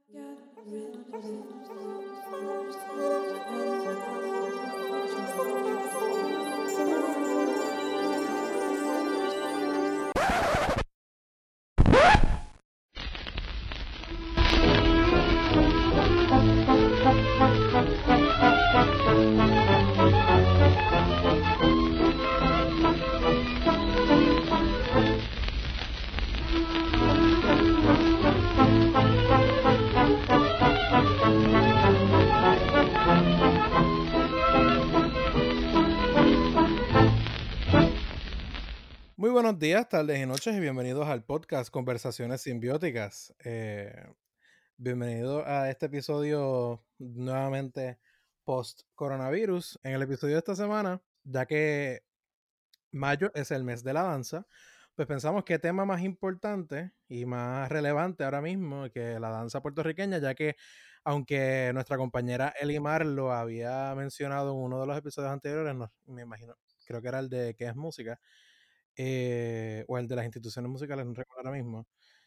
Muy buenos días, tardes y noches y bienvenidos al podcast Conversaciones Simbióticas. Bienvenido a este episodio nuevamente post-coronavirus. En el episodio de esta semana, ya que mayo es el mes de la danza, pues pensamos qué tema más importante y más relevante ahora mismo que la danza puertorriqueña, ya que aunque nuestra compañera Elimar lo había mencionado en uno de los episodios anteriores, me imagino, creo que era el de ¿Qué es música? O el de las instituciones musicales, no recuerdo ahora mismo.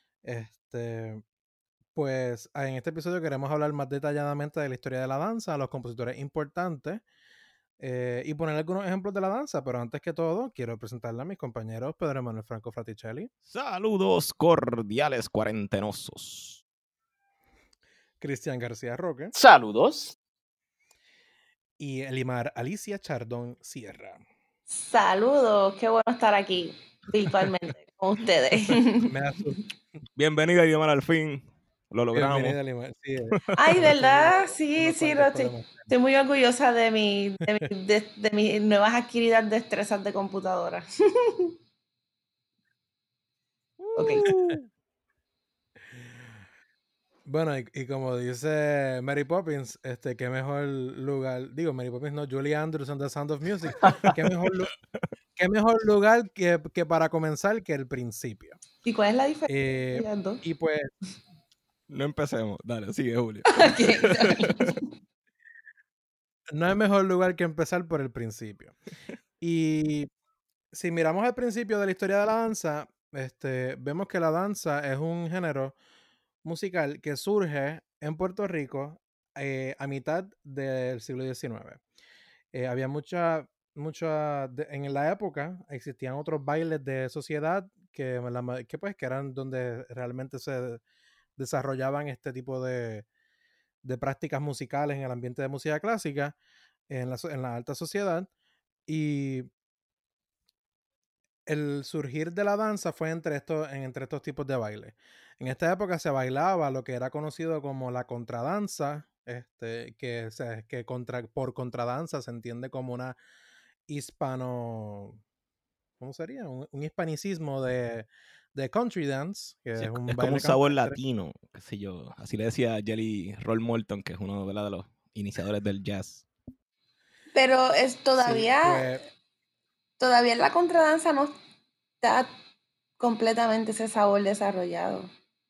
Pues en este episodio queremos hablar más detalladamente de la historia de la danza, los compositores importantes y poner algunos ejemplos de la danza, pero antes que todo quiero presentarle a mis compañeros Pedro Emanuel Franco Fraticelli. Saludos cordiales cuarentenosos. Cristian García Roque. Saludos. Y Elimar Alicia Chardón Sierra. Saludos, qué bueno estar aquí virtualmente con ustedes. Bienvenida, Elimar, al fin. Lo logramos. Bienvenida, Elimar. Sí, Ay, ¿verdad? Sí, estoy muy orgullosa de mis nuevas adquiridas destrezas de computadora. Okay. Bueno, y como dice Mary Poppins, qué mejor lugar, digo Mary Poppins no, Julie Andrews en The Sound of Music, qué mejor lugar que para comenzar que el principio. ¿Y cuál es la diferencia? Y pues... No empecemos, dale, sigue Julio. No hay mejor lugar que empezar por el principio. Y si miramos al principio de la historia de la danza, vemos que la danza es un género musical que surge en Puerto Rico a mitad del siglo XIX. Había en la época existían otros bailes de sociedad que eran donde realmente se desarrollaban este tipo de prácticas musicales en el ambiente de música clásica en la alta sociedad, y el surgir de la danza fue entre estos tipos de baile. En esta época se bailaba lo que era conocido como la contradanza, por contradanza se entiende como una ¿cómo sería? Un hispanicismo de country dance, que Sí, es un es baile como un sabor campestre. latino, qué sé yo. Así le decía Jelly Roll Morton, que es uno, ¿verdad?, de los iniciadores del jazz. Pero Sí, pues, todavía en la contradanza no está completamente ese sabor desarrollado.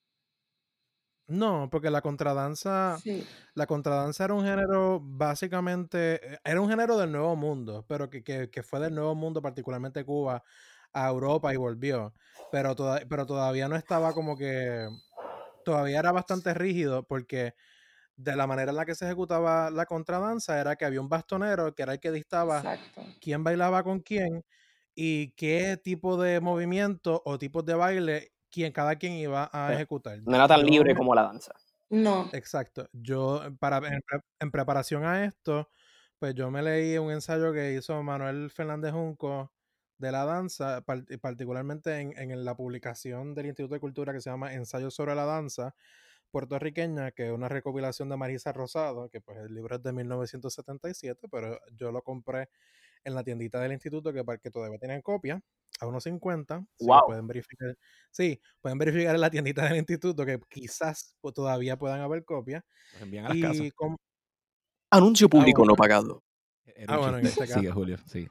no, porque la contradanza Sí. era un género, básicamente, era un género del Nuevo Mundo, pero que fue del Nuevo Mundo, particularmente Cuba, a Europa y volvió. Pero todavía no estaba todavía era bastante rígido, porque de la manera en la que se ejecutaba la contradanza era que había un bastonero que era el que dictaba Exacto. quién bailaba con quién y qué tipo de movimiento o tipos de baile cada quien iba a ejecutar. No era tan libre como la danza. No. Exacto. Yo, en preparación a esto, pues yo me leí un ensayo que hizo Manuel Fernández Junco de la danza, particularmente en la publicación del Instituto de Cultura que se llama Ensayos sobre la danza puertorriqueña, que es una recopilación de Marisa Rosado, que pues el libro es de 1977, pero yo lo compré en la tiendita del instituto que todavía tienen copia a unos 50. Wow. Pueden verificar. Sí, pueden verificar en la tiendita del instituto que quizás todavía puedan haber copias. Los envían a las casas. Anuncio público no pagado. Bueno, en este caso. Sigue Julio, sí.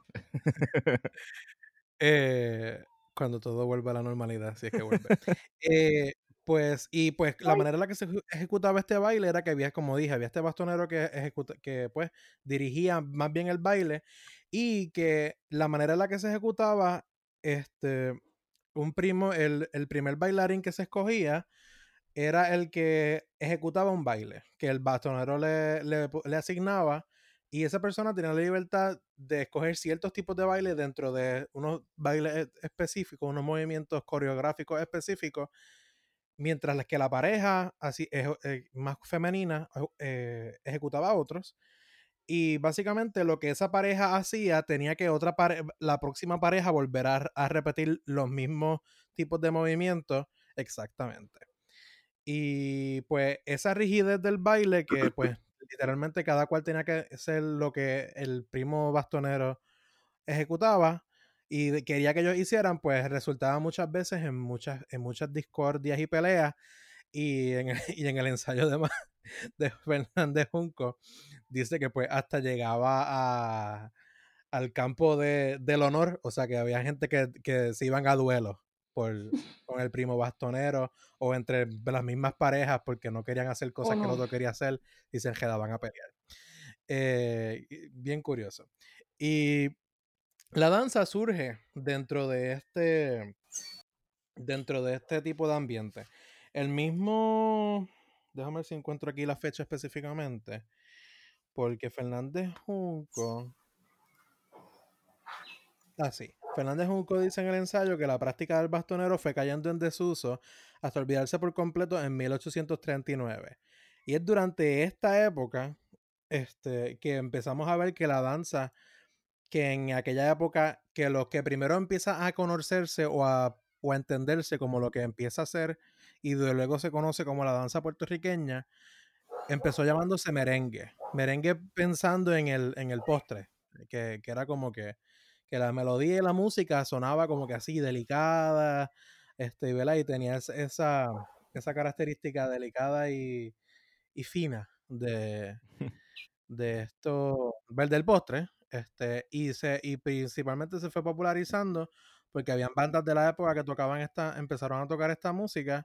Cuando todo vuelva a la normalidad, si es que vuelve. Pues la manera en la que se ejecutaba este baile era que había, como dije, había este bastonero que pues dirigía más bien el baile, y que la manera en la que se ejecutaba, el primer bailarín que se escogía era el que ejecutaba un baile, que el bastonero le asignaba, y esa persona tenía la libertad de escoger ciertos tipos de baile dentro de unos bailes específicos, unos movimientos coreográficos específicos, mientras que la pareja así más femenina ejecutaba otros. Y básicamente lo que esa pareja hacía tenía que la próxima pareja volver a repetir los mismos tipos de movimientos exactamente. Y pues esa rigidez del baile que pues literalmente cada cual tenía que ser lo que el primo bastonero ejecutaba y quería que ellos hicieran, pues resultaba muchas veces en muchas discordias y peleas. Y y en el ensayo de Fernández Junco dice que pues hasta llegaba al campo del honor, o sea que había gente que se iban a duelo con el primo bastonero o entre las mismas parejas porque no querían hacer cosas que el otro quería hacer y se quedaban a pelear. Bien curioso. Y la danza surge dentro de este tipo de ambiente. El mismo, déjame ver si encuentro aquí la fecha específicamente, porque Fernández Junco, Fernández Junco dice en el ensayo que la práctica del bastonero fue cayendo en desuso hasta olvidarse por completo en 1839. Y es durante esta época que empezamos a ver que la danza, que en aquella época, que lo que primero empieza a conocerse o a entenderse como lo que empieza a ser y luego se conoce como la danza puertorriqueña, empezó llamándose merengue. Merengue pensando en el postre, que era como que la melodía y la música sonaba como que así, delicada, ¿verdad? Y tenía esa característica delicada y fina de esto, del postre, y principalmente se fue popularizando porque habían bandas de la época que empezaron a tocar esta música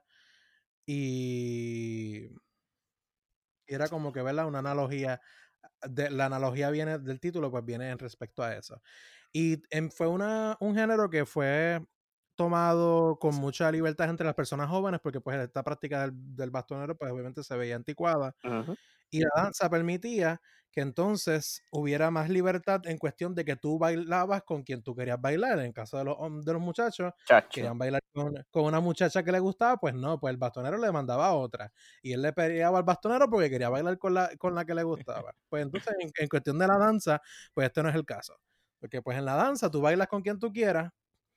y era como que, ¿verdad? Una analogía, la analogía viene del título, pues viene en respecto a eso. Y fue un género que fue tomado con mucha libertad entre las personas jóvenes porque pues esta práctica del bastonero pues obviamente se veía anticuada. Y la danza permitía que entonces hubiera más libertad en cuestión de que tú bailabas con quien tú querías bailar. En caso de los muchachos, querían bailar con una muchacha que le gustaba, pues no, pues el bastonero le mandaba a otra. Y él le peleaba al bastonero porque quería bailar con la que le gustaba. Pues entonces, en cuestión de la danza, pues este no es el caso. Porque pues en la danza tú bailas con quien tú quieras.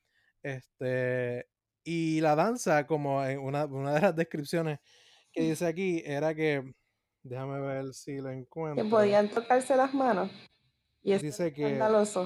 Y la danza, como en una de las descripciones que dice aquí, era que, déjame ver si lo Que encuentro. podían tocarse las manos. Y eso Dice era que escandaloso.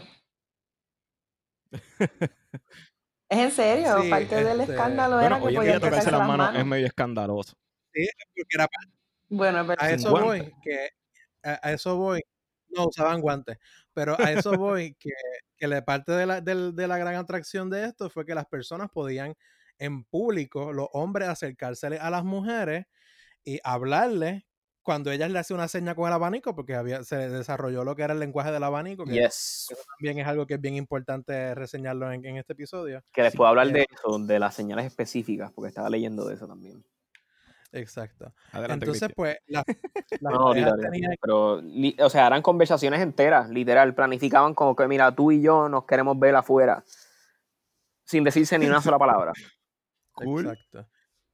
¿Es en serio? sí, Parte del escándalo Bueno, era que hoy en día podían tocarse tocarse las las manos es manos. medio escandaloso. sí, porque era Bueno, es verdad. a Sin eso guantes. voy, que a eso voy. No usaban guantes, pero a eso voy, que la parte de la gran atracción de esto fue que las personas podían en público, los hombres, acercarse a las mujeres y hablarles cuando ellas le hacían una seña con el abanico, porque se desarrolló lo que era el lenguaje del abanico, que eso también es algo que es bien importante reseñarlo en este episodio. Que les puedo hablar de eso, de las señales específicas, porque estaba leyendo de eso también. Exacto. Adelante, Entonces, Cristian. pues, las No, parejas ahorita, tenían... pero, o sea, eran conversaciones enteras, literal. Planificaban como que, mira, tú y yo nos queremos ver afuera, sin decirse ni una sola palabra. Cool. Exacto.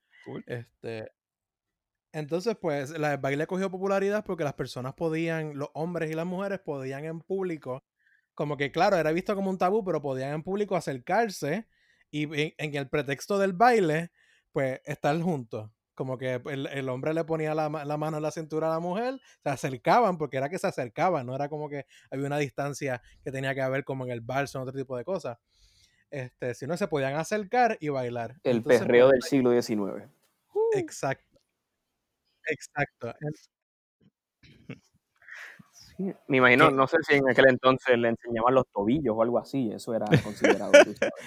Entonces, pues, el baile cogió popularidad porque las personas podían, los hombres y las mujeres podían en público, como que claro, era visto como un tabú, pero podían en público acercarse y en el pretexto del baile, pues, estar juntos. Como que el hombre le ponía la mano en la cintura a la mujer, se acercaban, porque era que se acercaban, no era como que había una distancia que tenía que haber como en el vals o otro tipo de cosas. Sino se podían acercar y bailar. El Entonces, perreo pues, del siglo XIX. exacto. Exacto. Sí, me imagino, ¿Qué? no sé si en aquel entonces le enseñaban los tobillos o algo así, eso era considerado, tú sabes,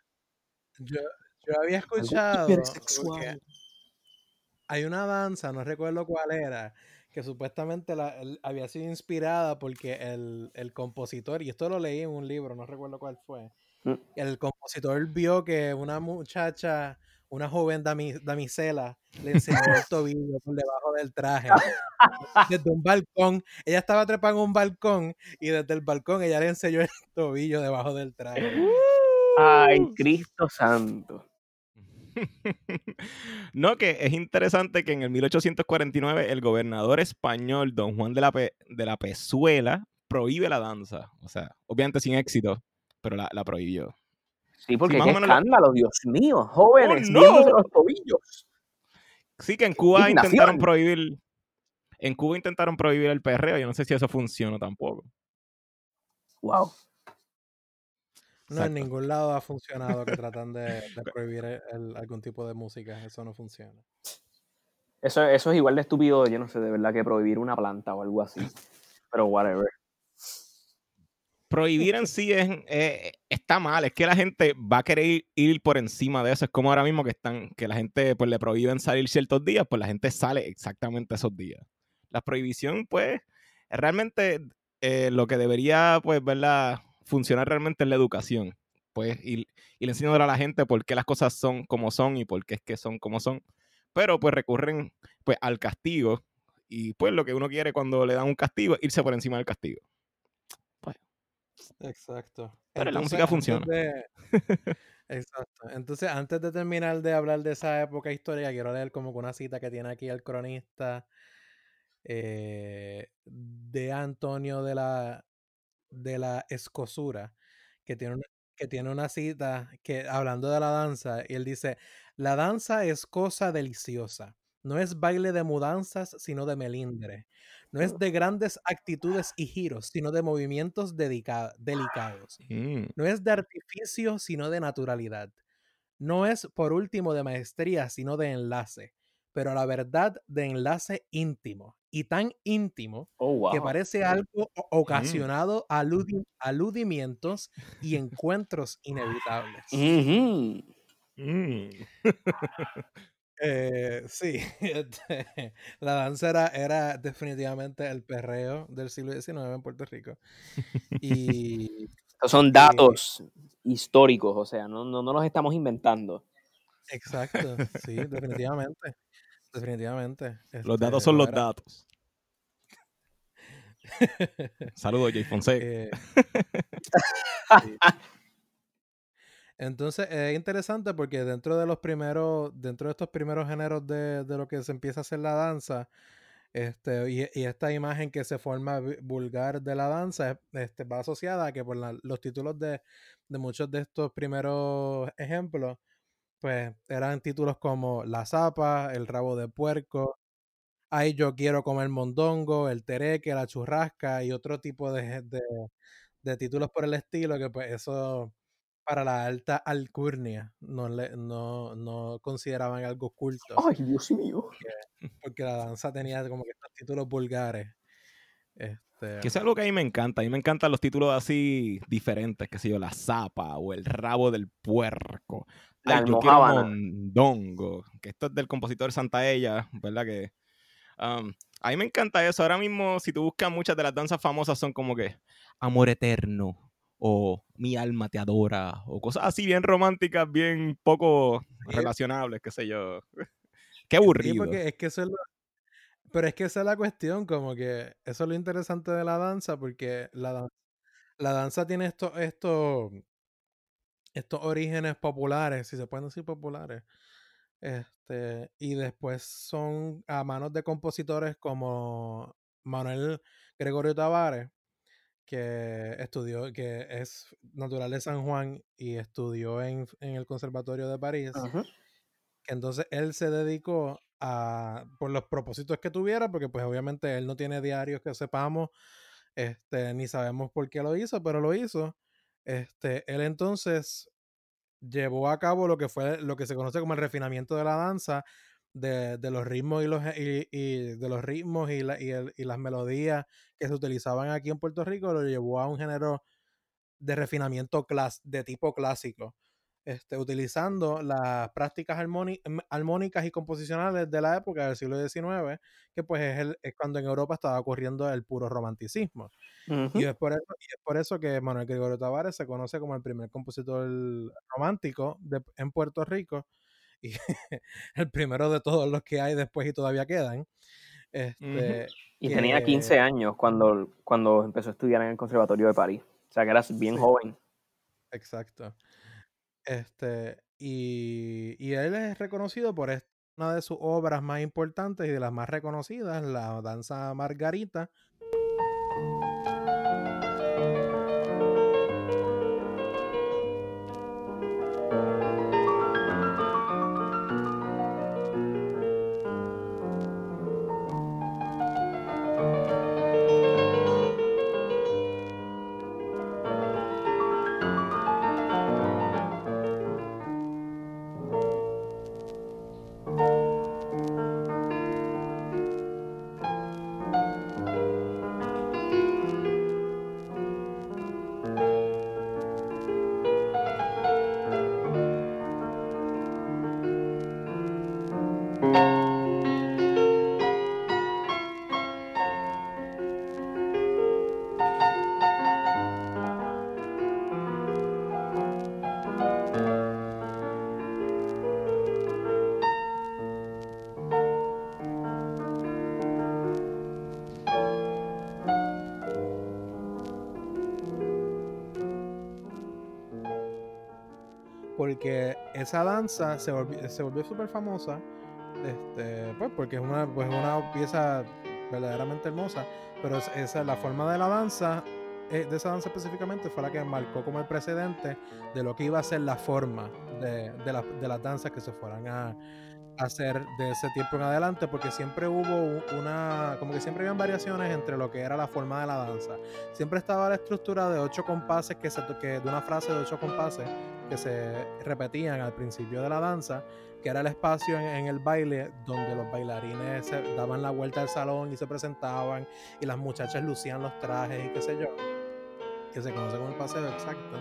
Yo había algo escuchado, porque hipersexual. hay una danza, no recuerdo cuál era, que supuestamente había sido inspirada porque el compositor, y esto lo leí en un libro, no recuerdo cuál fue, Mm. el compositor vio que una muchacha una joven damisela le enseñó el tobillo por debajo del traje. Desde un balcón, ella estaba trepada en un balcón y desde el balcón ella le enseñó el tobillo debajo del traje. Ay, Cristo santo. No, que es interesante que en el 1849 el gobernador español Don Juan de la Pezuela prohíbe la danza. O sea, obviamente sin éxito, pero la prohibió. Sí, porque más qué o menos escándalo, Dios mío, jóvenes, ¡Oh, no! viéndose los tobillos. Sí, que en Cuba Indignación. intentaron prohibir. En Cuba intentaron prohibir el perreo. Yo no sé si eso funcionó tampoco. Wow. No, en Exacto. ningún lado ha funcionado que tratan de prohibir algún tipo de música. Eso no funciona. Eso es igual de estúpido, yo no sé, de verdad, que prohibir una planta o algo así. Pero whatever. Prohibir en sí está mal. Es que la gente va a querer ir por encima de eso. Es como ahora mismo que la gente pues le prohíben salir ciertos días, pues la gente sale exactamente esos días. La prohibición, pues, realmente lo que debería, pues, verla funcionar realmente es la educación. Pues, y le enseñar a la gente por qué las cosas son como son y por qué es que son como son. Pero, pues, recurren pues al castigo. Y, pues, lo que uno quiere cuando le dan un castigo es irse por encima del castigo. Exacto. Pero la Entonces, música funciona. Exacto. Entonces, antes de terminar de hablar de esa época histórica, quiero leer como que una cita que tiene aquí el cronista de Antonio de la Escosura, que tiene una cita que hablando de la danza, y él dice: la danza es cosa deliciosa, no es baile de mudanzas, sino de melindre, no es de grandes actitudes y giros, sino de movimientos delicados, no es de artificio, sino de naturalidad, no es por último de maestría, sino de enlace, pero a la verdad de enlace íntimo, y tan íntimo que parece algo ocasionado a aludimientos y encuentros inevitables. Sí, la danza era definitivamente el perreo del siglo XIX en Puerto Rico. Y Estos son datos históricos, o sea, no los estamos inventando. exacto, sí, definitivamente. Definitivamente. Los datos son lo los era. datos. Saludos, Jay Fonseca. Sí. Entonces es interesante porque dentro de estos primeros géneros de lo que se empieza a hacer la danza, y esta imagen que se forma vulgar de la danza, va asociada a que por los títulos de muchos de estos primeros ejemplos, pues eran títulos como La Zapa, El Rabo de Puerco, Ay, yo quiero comer mondongo, El Tereque, La Churrasca y otro tipo de títulos por el estilo, que pues eso para la alta alcurnia no consideraban algo culto. Ay, Dios mío. Porque la danza tenía como que estos títulos vulgares. Que es algo que a mí me encanta. A mí me encantan los títulos así diferentes, que sé yo, La Zapa o El Rabo del Puerco. La Ay, yo quiero almojábana. mondongo. Que esto es del compositor Santaella, ¿verdad? Que a mí me encanta eso. Ahora mismo, si tú buscas, muchas de las danzas famosas son como que Amor Eterno o Mi Alma Te Adora o cosas así bien románticas, bien poco relacionables, qué sé yo. Qué Sí, aburrido. porque es que pero es que esa es la cuestión, como que eso es lo interesante de la danza, porque la danza tiene estos orígenes populares, si se pueden decir populares, y después son a manos de compositores como Manuel Gregorio Tavares, que es natural de San Juan y estudió en el Conservatorio de París, que entonces él se dedicó por los propósitos que tuviera, porque pues obviamente él no tiene diarios que sepamos, ni sabemos por qué lo hizo, pero lo hizo. Él entonces llevó a cabo lo que se conoce como el refinamiento de la danza, de los ritmos y de los ritmos y las melodías que se utilizaban aquí en Puerto Rico, lo llevó a un género de refinamiento de tipo clásico, utilizando las prácticas armónicas y composicionales de la época del siglo XIX, que pues es cuando en Europa estaba ocurriendo el puro romanticismo. Y es por eso que Manuel Gregorio Tavares se conoce como el primer compositor romántico en Puerto Rico, y el primero de todos los que hay después y todavía quedan. Y tenía 15 años cuando empezó a estudiar en el Conservatorio de París. O sea, que era bien joven. Exacto. Y él es reconocido por una de sus obras más importantes y de las más reconocidas, la danza Margarita. Porque esa danza se volvió súper famosa, pues porque es una pieza verdaderamente hermosa, pero la forma de la danza, de esa danza específicamente, fue la que marcó como el precedente de lo que iba a ser la forma de las danzas que se fueran a hacer de ese tiempo en adelante, porque siempre hubo como que siempre habían variaciones entre lo que era la forma de la danza. Siempre estaba la estructura de 8 compases, de una frase de 8 compases que se repetían al principio de la danza, que era el espacio en el baile donde los bailarines se daban la vuelta al salón y se presentaban, y las muchachas lucían los trajes y qué sé yo, que se conoce como el paseo exacto.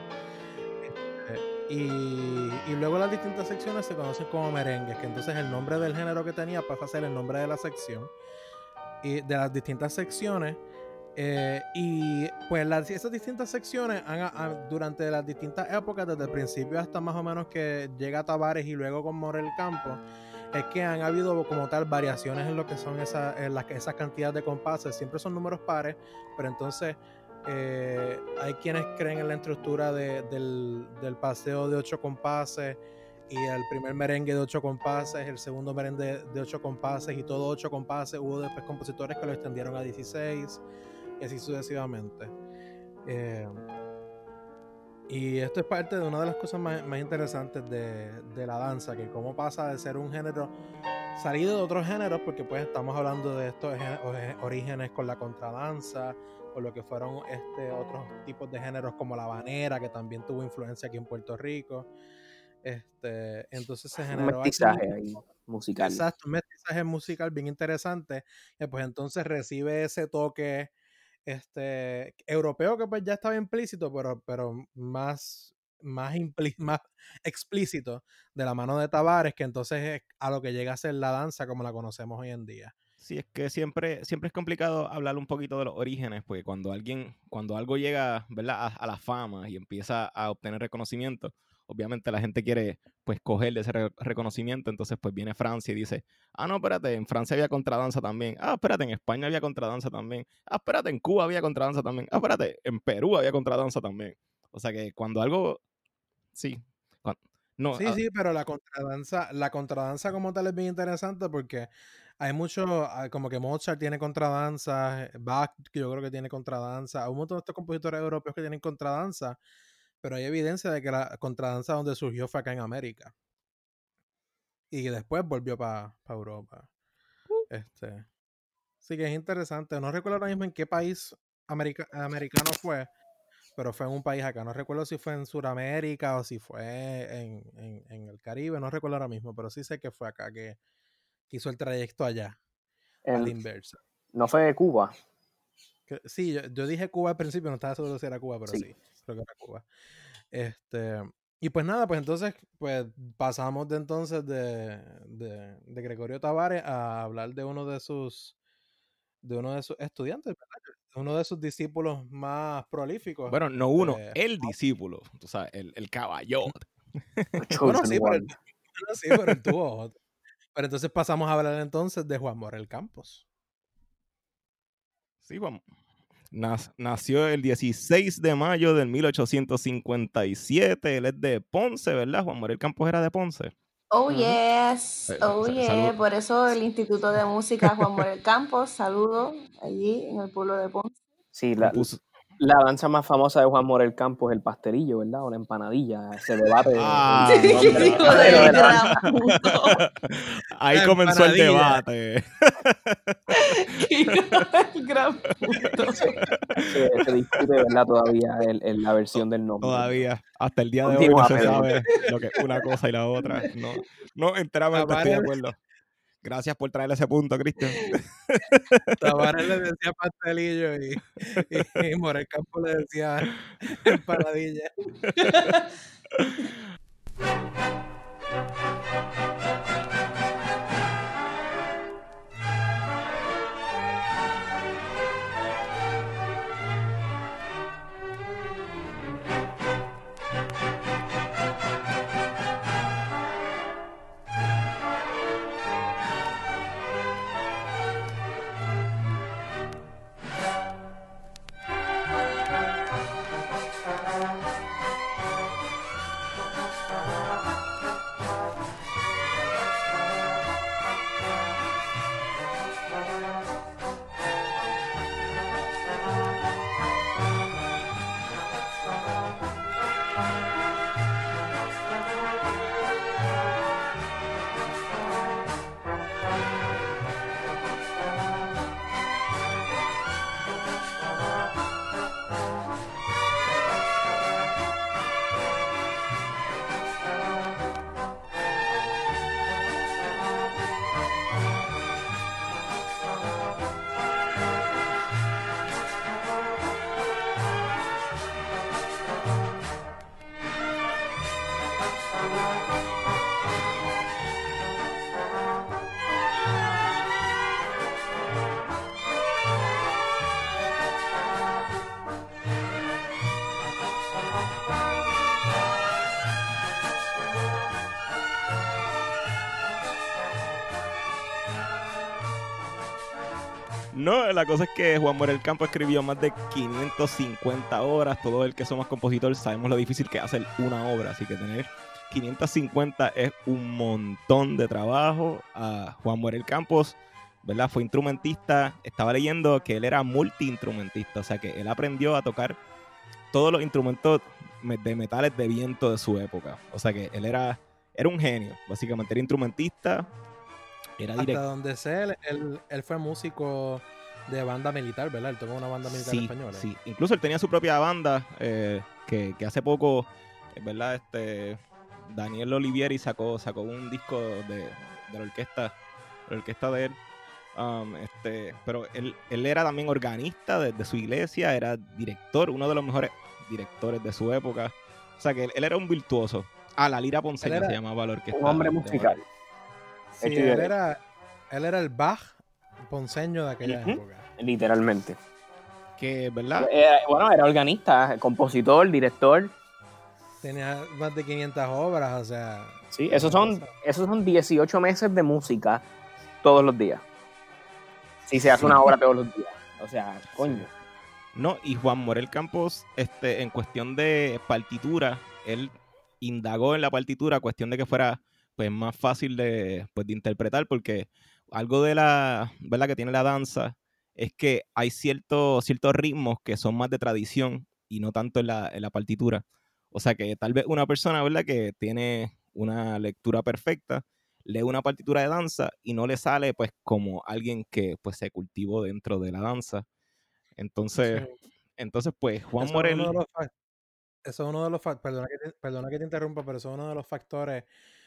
Y luego las distintas secciones se conocen como merengues, que entonces el nombre del género que tenía pasa a ser el nombre de la sección y de las distintas secciones. Y pues esas distintas secciones durante las distintas épocas, desde el principio hasta más o menos que llega Tavares y luego con Morel Campo, es que han habido como tal variaciones en lo que son esas cantidades de compases. Siempre son números pares, pero entonces hay quienes creen en la estructura del paseo de 8 compases y el primer merengue de 8 compases, el segundo merengue de 8 compases y todo 8 compases. Hubo después compositores que lo extendieron a 16 y así sucesivamente. Y esto es parte de una de las cosas más interesantes de la danza, que cómo pasa de ser un género salido de otros géneros, porque pues estamos hablando de estos orígenes con la contradanza, con lo que fueron otros tipos de géneros como la habanera, que también tuvo influencia aquí en Puerto Rico. Entonces se generó un mestizaje ahí musical. Exacto, un mestizaje musical bien interesante, que pues entonces recibe ese toque europeo que pues ya estaba implícito, pero más explícito de la mano de Tavares, que entonces es a lo que llega a ser la danza como la conocemos hoy en día. Sí, es que siempre es complicado hablar un poquito de los orígenes, porque cuando algo llega, ¿verdad?, a la fama y empieza a obtener reconocimiento, obviamente la gente quiere pues coger de ese reconocimiento. Entonces pues viene Francia y dice, no, espérate, en Francia había contradanza también, espérate, en España había contradanza también, espérate, en Cuba había contradanza también, espérate, en Perú había contradanza también. O sea que cuando algo, sí, sí, pero la contradanza como tal es bien interesante porque hay mucho, como que Mozart tiene contradanza, Bach yo creo que tiene contradanza, hay un montón de estos compositores europeos que tienen contradanza, pero hay evidencia de que la contradanza donde surgió fue acá en América y después volvió para Europa. Sí que es interesante, no recuerdo ahora mismo en qué país americano fue, pero fue en un país acá. No recuerdo si fue en Sudamérica o si fue en el Caribe, no recuerdo ahora mismo, pero sí sé que fue acá que hizo el trayecto allá, a la inversa. ¿No fue de Cuba? Sí, yo dije Cuba al principio, no estaba seguro si era Cuba, pero sí creo que era Cuba. Y pues nada, pues entonces pues pasamos de Gregorio Tavares a hablar de uno de sus estudiantes, ¿verdad? Uno de sus discípulos más prolíficos. Bueno, no uno, el discípulo, tú sabes, el caballote. Bueno, sí, pero Bueno, sí, pero él tuvo otro. Pero entonces pasamos a hablar entonces de Juan Morel Campos. Sí, Juan. Nació el 16 de mayo del 1857. Él es de Ponce, ¿verdad? Juan Morel Campos era de Ponce. Oh, yes. Oh, yeah. Salud. Por eso el Instituto de Música Juan Morel Campos, saludo allí en el pueblo de Ponce. Sí, la danza más famosa de Juan Morel Campos es el pastelillo, ¿verdad? O la empanadilla, ese debate. Ahí comenzó el debate. El gran punto. Se discute, ¿verdad? Todavía la versión del nombre. Todavía, hasta el día de hoy no se sabe lo que es una cosa y la otra. No enteramente estoy de acuerdo. Gracias por traerle ese punto, Cristian. Tavares le decía pastelillo y Morel Campos le decía empanadilla. No, la cosa es que Juan Morel Campos escribió más de 550 obras. Todo el que somos compositores sabemos lo difícil que es hacer una obra, así que tener 550 es un montón de trabajo. Juan Morel Campos, ¿verdad? Fue instrumentista. Estaba leyendo que él era multiinstrumentista, o sea que él aprendió a tocar todos los instrumentos de metales de viento de su época. O sea que él era un genio, básicamente. Era instrumentista, era director. Hasta donde sé, él fue músico de banda militar, ¿verdad? Él tocó una banda militar española. Sí, incluso él tenía su propia banda que hace poco, ¿verdad? Daniel Olivieri sacó un disco de la orquesta de él. Pero él era también organista de su iglesia, era director, uno de los mejores directores de su época. O sea que él era un virtuoso. La lira ponceña se llamaba la orquesta. Un hombre musical. Sí, él era el Bach ponceño de aquella época. Literalmente. Que, ¿verdad? Era organista, compositor, director. Tenía más de 500 obras, o sea... Sí, esos son 18 meses de música todos los días. Si se hace una obra todos los días. O sea, coño. Sí. No, y Juan Morel Campos, en cuestión de partitura, él indagó en la partitura, cuestión de que fuera pues más fácil de interpretar, porque algo de la, ¿verdad?, que tiene la danza es que hay ciertos ritmos que son más de tradición y no tanto en la partitura. O sea que tal vez una persona, ¿verdad?, que tiene una lectura perfecta, lee una partitura de danza y no le sale pues como alguien que pues se cultivó dentro de la danza. Entonces pues Juan Morel... Eso es uno de los factores, perdona que te interrumpa, pero eso es uno de los factores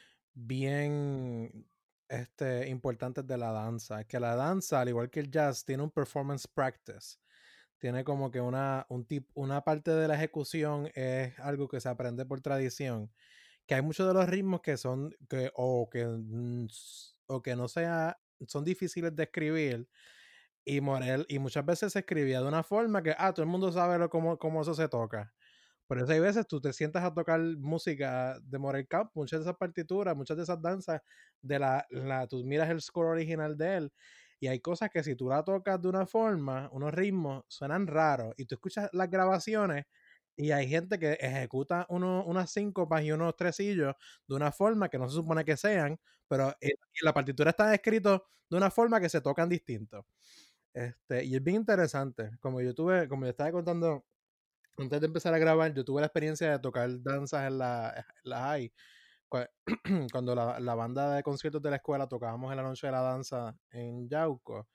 bien importantes de la danza. Es que la danza, al igual que el jazz, tiene un performance practice. Tiene como que una parte de la ejecución es algo que se aprende por tradición. Que hay muchos de los ritmos que son, o que no son difíciles de escribir. Y muchas veces se escribía de una forma que, todo el mundo sabe cómo eso se toca. Por eso hay veces tú te sientas a tocar música de Morel Camp, muchas de esas partituras, muchas de esas danzas, tú miras el score original de él, y hay cosas que si tú la tocas de una forma, unos ritmos suenan raros, y tú escuchas las grabaciones, y hay gente que ejecuta unas síncopas y unos tresillos de una forma que no se supone que sean, pero en la partitura está escrito de una forma que se tocan distinto. Y es bien interesante. Como yo estaba contando antes de empezar a grabar, yo tuve la experiencia de tocar danzas en la high. Cuando la banda de conciertos de la escuela tocábamos en la noche de la danza en Yauco.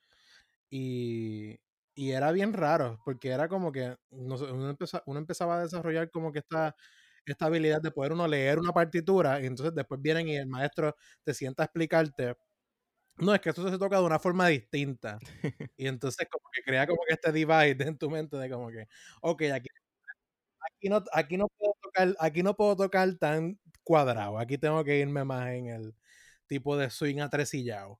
Y era bien raro, porque era como que uno empezaba a desarrollar como que esta habilidad de poder uno leer una partitura, y entonces después vienen y el maestro te sienta a explicarte. No, es que esto se toca de una forma distinta. Y entonces como que crea como que este divide en tu mente de como que, ok, aquí no puedo tocar tan cuadrado. Aquí tengo que irme más en el tipo de swing atresillado.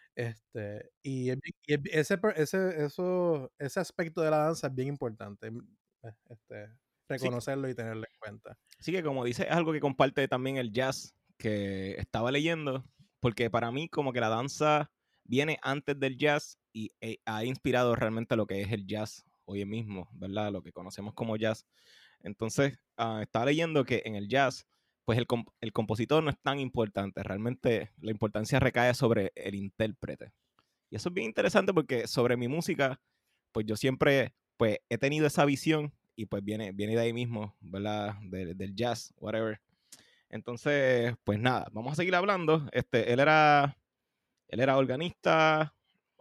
Ese aspecto de la danza es bien importante. Sí, Reconocerlo y tenerlo en cuenta. sí que como dice, es algo que comparte también el jazz que estaba leyendo, porque para mí como que la danza viene antes del jazz y ha inspirado realmente lo que es el jazz hoy mismo, ¿verdad? Lo que conocemos como jazz. Entonces, estaba leyendo que en el jazz, pues el compositor no es tan importante, realmente la importancia recae sobre el intérprete. Y eso es bien interesante porque sobre mi música, pues yo siempre pues, he tenido esa visión y pues viene de ahí mismo, ¿verdad? Del jazz, whatever. Entonces, pues nada, vamos a seguir hablando. Él era organista,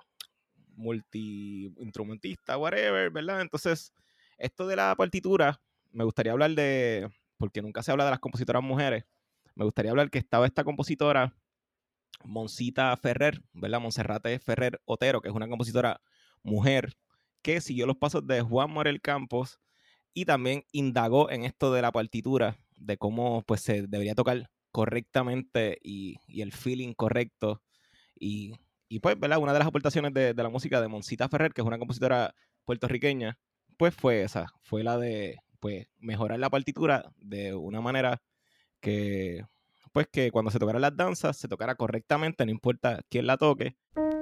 multi-instrumentista, whatever, ¿verdad? Entonces, esto de la partitura, me gustaría hablar porque nunca se habla de las compositoras mujeres, me gustaría hablar que estaba esta compositora, Monsita Ferrer, ¿verdad? Monserrate Ferrer Otero, que es una compositora mujer que siguió los pasos de Juan Morel Campos y también indagó en esto de la partitura, de cómo pues se debería tocar correctamente y el feeling correcto. Y pues, ¿verdad? Una de las aportaciones de la música de Monsita Ferrer, que es una compositora puertorriqueña, pues fue esa, fue la de pues mejorar la partitura de una manera que pues que cuando se tocaran las danzas se tocara correctamente, no importa quién la toque.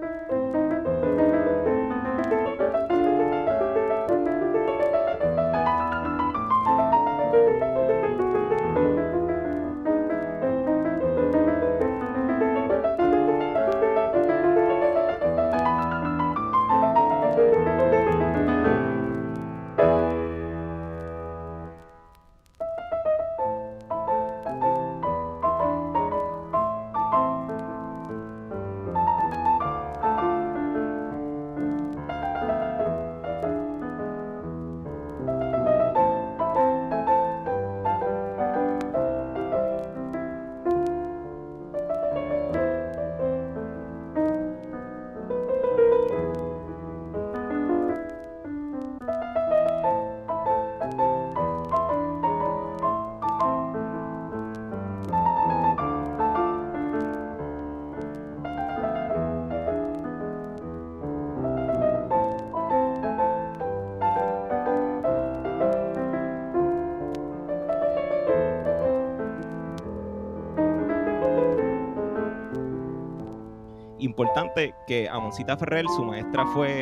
Importante que a Monsita Ferrer, su maestra fue,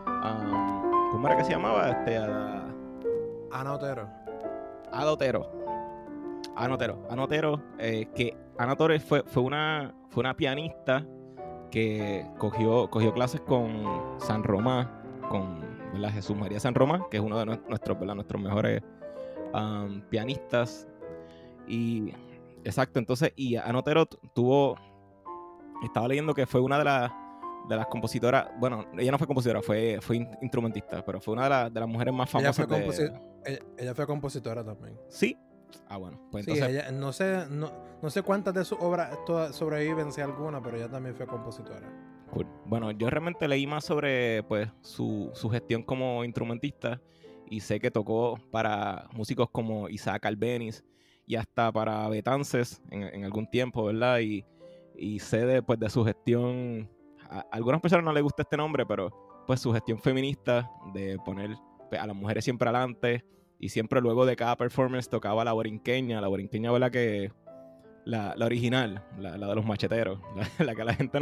¿cómo era que se llamaba? Ana Otero. Ada Otero. Ana Otero, que Ana Otero fue una pianista que cogió clases con San Román, con, ¿verdad? Jesús María San Román, que es uno de nuestros mejores pianistas. Y exacto, entonces, y Ana Otero estaba leyendo que fue una de las compositoras, bueno, ella no fue compositora, fue instrumentista, pero fue una de las mujeres más famosas. Ella fue compositora también. Sí. Ah, bueno, pues sí, entonces... ella, no sé cuántas de sus obras sobreviven, si alguna, pero ella también fue compositora. Cool. Bueno, yo realmente leí más sobre pues su gestión como instrumentista y sé que tocó para músicos como Isaac Albéniz y hasta para Betances en algún tiempo, ¿verdad? Y sé de su gestión, a algunas personas no les gusta este nombre, pero pues su gestión feminista de poner a las mujeres siempre adelante Y siempre luego de cada performance tocaba la borinqueña, ¿verdad? Que la original, la de los macheteros, la que a la gente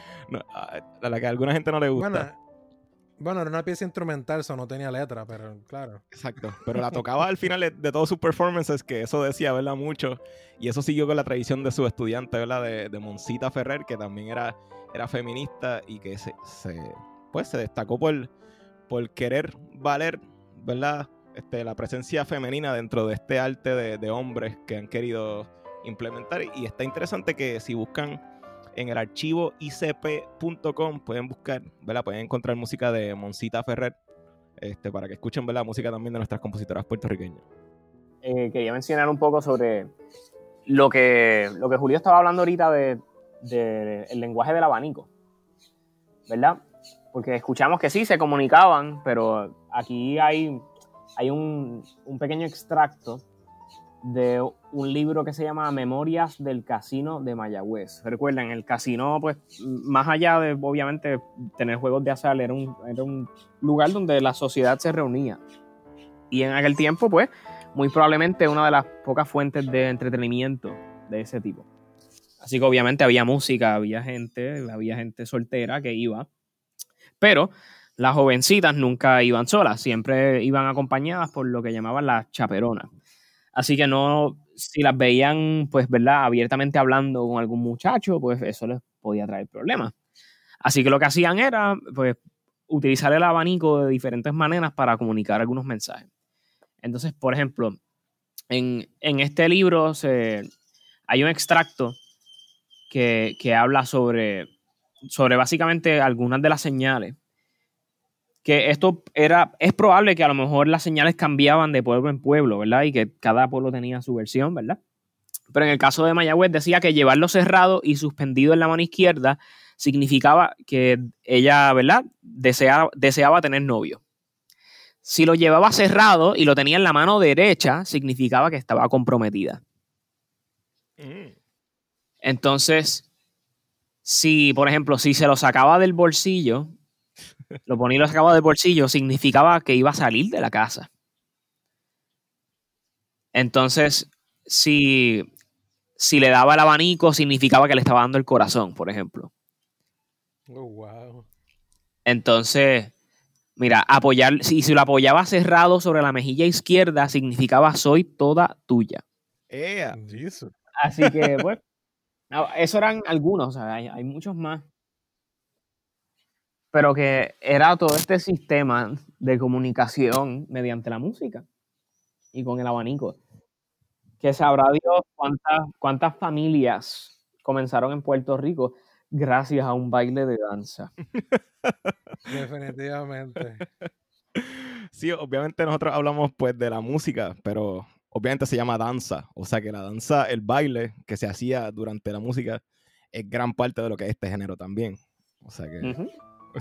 a la que a alguna gente no le gusta. Bueno, era una pieza instrumental, eso no tenía letra, pero claro. Exacto, pero la tocaba al final de todos sus performances, que eso decía, ¿verdad? Mucho, y eso siguió con la tradición de su estudiante, ¿verdad? De Monsita Ferrer, que también era feminista y que se destacó por querer valer, ¿verdad? La presencia femenina dentro de este arte de hombres que han querido implementar. Y está interesante que si buscan en el archivo icp.com pueden buscar, ¿verdad? Pueden encontrar música de Monsita Ferrer, para que escuchen, ¿verdad? Música también de nuestras compositoras puertorriqueñas. Quería mencionar un poco sobre lo que Julio estaba hablando ahorita de el lenguaje del abanico, ¿verdad? Porque escuchamos que sí, se comunicaban, pero aquí hay un pequeño extracto de un libro que se llama Memorias del Casino de Mayagüez. Recuerden, el casino, pues, más allá de, obviamente, tener juegos de azar, era un lugar donde la sociedad se reunía. Y en aquel tiempo, pues, muy probablemente una de las pocas fuentes de entretenimiento de ese tipo. Así que obviamente había música, había gente soltera que iba, pero las jovencitas nunca iban solas, siempre iban acompañadas por lo que llamaban las chaperonas. Así que no, si las veían, pues, ¿verdad?, abiertamente hablando con algún muchacho, pues eso les podía traer problemas. Así que lo que hacían era, pues, utilizar el abanico de diferentes maneras para comunicar algunos mensajes. Entonces, por ejemplo, en este libro hay un extracto que habla sobre básicamente algunas de las señales. Que es probable que a lo mejor las señales cambiaban de pueblo en pueblo, ¿verdad? Y que cada pueblo tenía su versión, ¿verdad? Pero en el caso de Mayagüez decía que llevarlo cerrado y suspendido en la mano izquierda significaba que ella, ¿verdad?, deseaba tener novio. Si lo llevaba cerrado y lo tenía en la mano derecha, significaba que estaba comprometida. Entonces, si, por ejemplo, si se lo sacaba del bolsillo, lo ponía y lo sacaba del bolsillo, significaba que iba a salir de la casa. Entonces, si le daba el abanico, significaba que le estaba dando el corazón, por ejemplo. Oh, wow. Entonces, mira, si lo apoyaba cerrado sobre la mejilla izquierda, significaba soy toda tuya. Jesus. Así que, bueno, eso eran algunos, o sea, hay muchos más. Pero que era todo este sistema de comunicación mediante la música y con el abanico. Que sabrá Dios cuántas familias comenzaron en Puerto Rico gracias a un baile de danza. Definitivamente. Sí, obviamente nosotros hablamos pues de la música, pero obviamente se llama danza. O sea que la danza, el baile que se hacía durante la música es gran parte de lo que es este género también. O sea que... Uh-huh.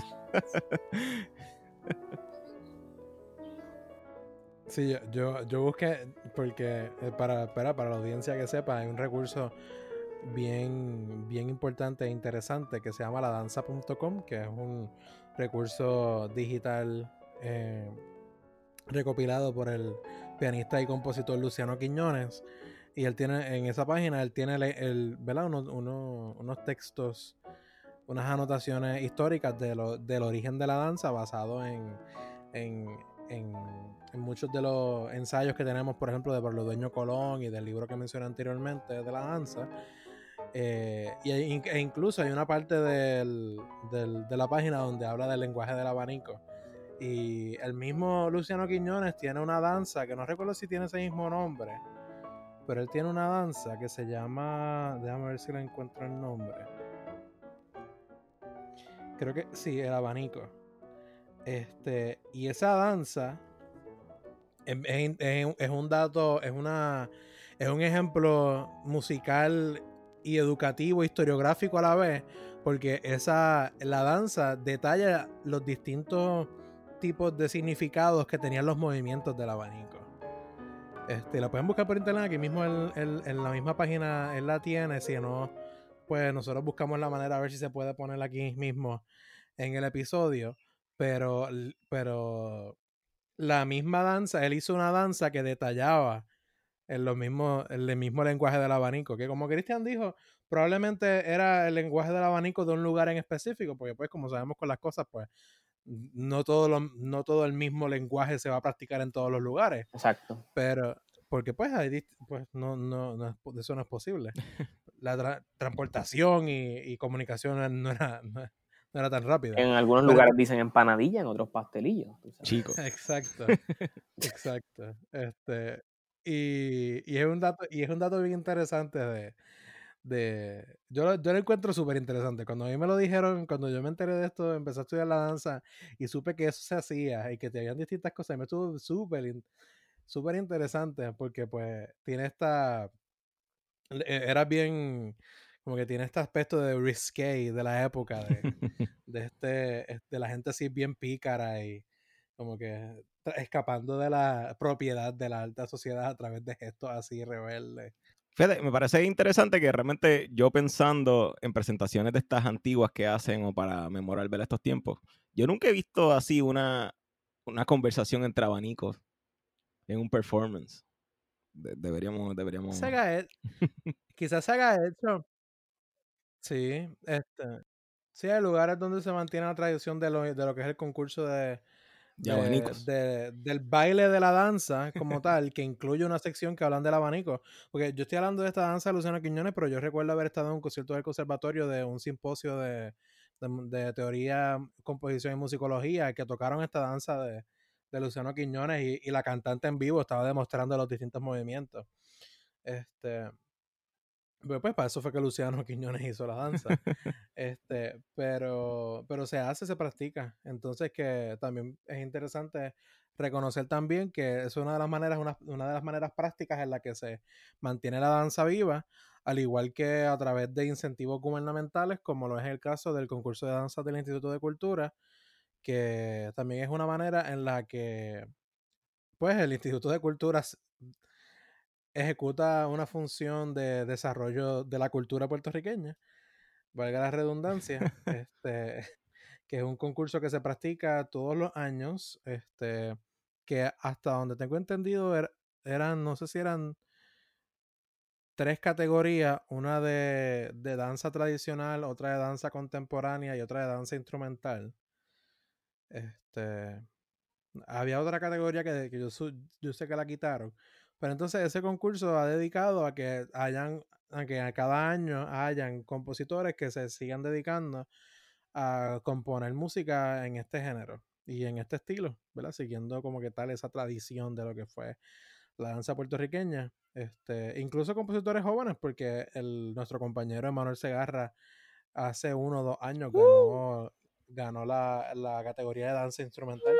Sí, yo busqué, porque para la audiencia que sepa, hay un recurso bien importante e interesante que se llama ladanza.com, que es un recurso digital recopilado por el pianista y compositor Luciano Quiñones. Y él tiene, en esa página, él tiene ¿verdad? unos textos, unas anotaciones históricas del origen de la danza, basado en muchos de los ensayos que tenemos, por ejemplo, de Pablo Dueño Colón y del libro que mencioné anteriormente de la danza. E incluso hay una parte de la página donde habla del lenguaje del abanico. Y el mismo Luciano Quiñones tiene una danza, que no recuerdo si tiene ese mismo nombre, pero él tiene una danza que se llama, déjame ver si le encuentro el nombre. Creo que sí, el abanico. Y esa danza es un dato, es un ejemplo musical y educativo, historiográfico a la vez, porque la danza detalla los distintos tipos de significados que tenían los movimientos del abanico. La pueden buscar por internet, aquí mismo en la misma página él la tiene. Si no, pues nosotros buscamos la manera a ver si se puede poner aquí mismo en el episodio, pero la misma danza, él hizo una danza que detallaba en el mismo lenguaje del abanico, que como Cristian dijo, probablemente era el lenguaje del abanico de un lugar en específico, porque pues como sabemos con las cosas, pues no todo el mismo lenguaje se va a practicar en todos los lugares. Exacto. Pero, porque pues, pues eso no es posible. La transportación y comunicación no era tan rápida. En algunos Pero, lugares dicen empanadilla, en otros pastelillos. Chico. Exacto. Y es un dato bien interesante yo lo encuentro súper interesante. Cuando a mí me lo dijeron, cuando yo me enteré de esto, empecé a estudiar la danza y supe que eso se hacía y que te habían distintas cosas, y me estuvo súper interesante porque pues era bien, como que tiene este aspecto de risque de la época, de la gente así bien pícara y como que escapando de la propiedad de la alta sociedad a través de gestos así rebeldes. Fíjate, me parece interesante que realmente yo pensando en presentaciones de estas antiguas que hacen o para memorar ver estos tiempos, yo nunca he visto así una conversación entre abanicos en un performance. Deberíamos... Quizás se haga hecho. Sí, sí, hay lugares donde se mantiene la tradición de lo que es el concurso de abanicos. del baile de la danza como tal, que incluye una sección que hablan del abanico. Porque yo estoy hablando de esta danza de Luciano Quiñones, pero yo recuerdo haber estado en un concierto del conservatorio de un simposio de teoría, composición y musicología que tocaron esta danza de Luciano Quiñones y la cantante en vivo estaba demostrando los distintos movimientos. Pues para eso fue que Luciano Quiñones hizo la danza. Pero se practica. Entonces que también es interesante reconocer también que es una de las maneras prácticas en la que se mantiene la danza viva, al igual que a través de incentivos gubernamentales, como lo es el caso del concurso de danza del Instituto de Cultura, que también es una manera en la que pues el Instituto de Cultura ejecuta una función de desarrollo de la cultura puertorriqueña, valga la redundancia, que es un concurso que se practica todos los años, que hasta donde tengo entendido eran, no sé si eran 3 categorías, una de danza tradicional, otra de danza contemporánea y otra de danza instrumental. Había otra categoría que yo sé que la quitaron. Pero entonces ese concurso ha dedicado a que a cada año hayan compositores que se sigan dedicando a componer música en este género y en este estilo, ¿verdad? Siguiendo como que tal esa tradición de lo que fue la danza puertorriqueña. Incluso compositores jóvenes, porque nuestro compañero Emanuel Segarra hace 1 o 2 años ganó la categoría de danza instrumental.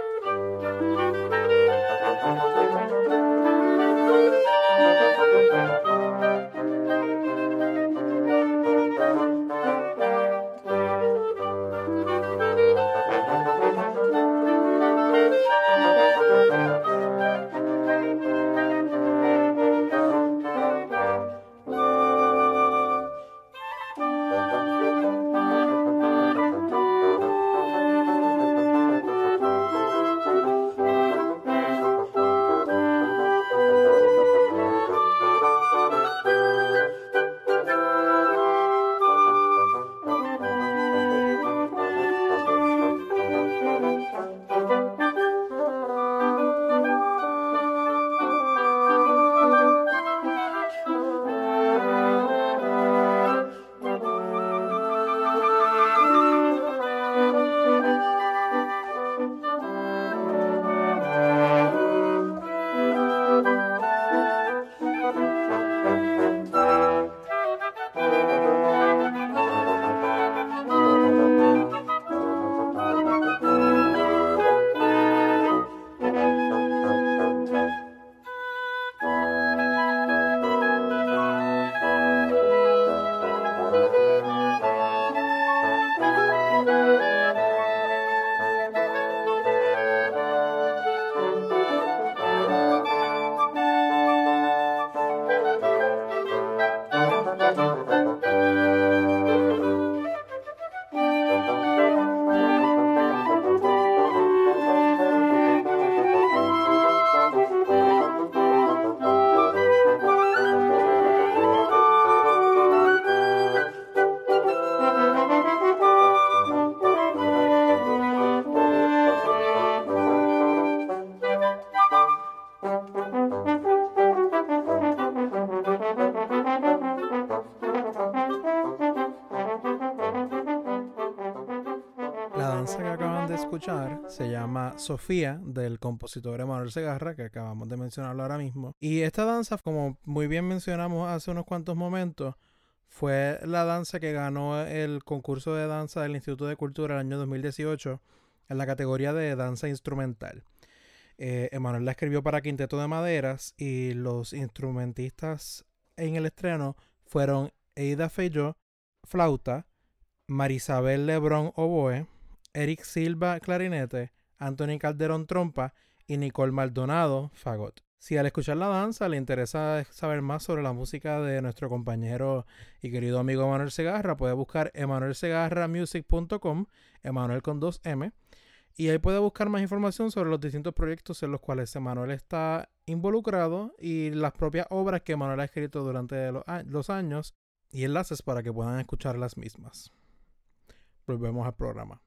danza que acaban de escuchar se llama Sofía, del compositor Emanuel Segarra, que acabamos de mencionarlo ahora mismo. Y esta danza, como muy bien mencionamos hace unos cuantos momentos, fue la danza que ganó el concurso de danza del Instituto de Cultura el año 2018 en la categoría de danza instrumental. Emanuel la escribió para Quinteto de Maderas y los instrumentistas en el estreno fueron Eida Feijó, flauta, Marisabel Lebrón, oboe, Eric Silva, clarinete, Anthony Calderón, trompa y Nicole Maldonado, fagot. Si al escuchar la danza le interesa saber más sobre la música de nuestro compañero y querido amigo Emanuel Segarra, puede buscar emanuelsegarramusic.com, Emanuel con 2M, y ahí puede buscar más información sobre los distintos proyectos en los cuales Emanuel está involucrado y las propias obras que Emanuel ha escrito durante los años y enlaces para que puedan escuchar las mismas. Volvemos al programa.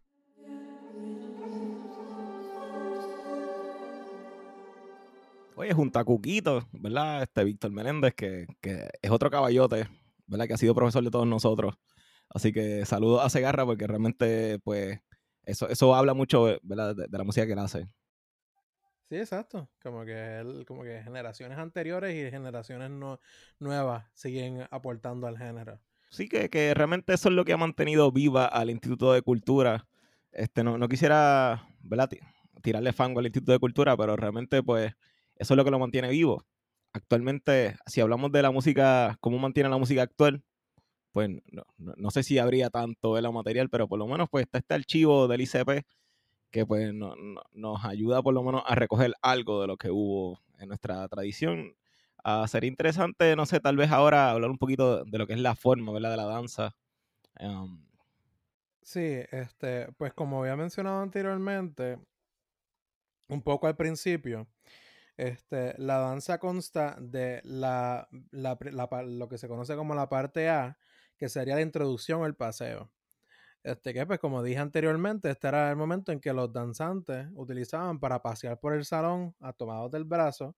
Oye, junto a Cuquito, ¿verdad? Víctor Meléndez, que es otro caballote, ¿verdad? Que ha sido profesor de todos nosotros. Así que saludos a Segarra porque realmente, pues, eso habla mucho, ¿verdad? De la música que él hace. Sí, exacto. Como que generaciones anteriores y generaciones nuevas siguen aportando al género. Sí, que realmente eso es lo que ha mantenido viva al Instituto de Cultura. No quisiera, ¿verdad? Tirarle fango al Instituto de Cultura, pero realmente, pues, eso es lo que lo mantiene vivo. Actualmente, si hablamos de la música, cómo mantiene la música actual, pues no sé si habría tanto de la material, pero por lo menos pues está este archivo del ICP que pues nos ayuda por lo menos a recoger algo de lo que hubo en nuestra tradición. Sería interesante, no sé, tal vez ahora hablar un poquito de lo que es la forma, ¿verdad? De la danza. Sí, pues como había mencionado anteriormente, un poco al principio, la danza consta de lo que se conoce como la parte A, que sería la introducción o el paseo. Que pues como dije anteriormente, este era el momento en que los danzantes utilizaban para pasear por el salón tomados del brazo,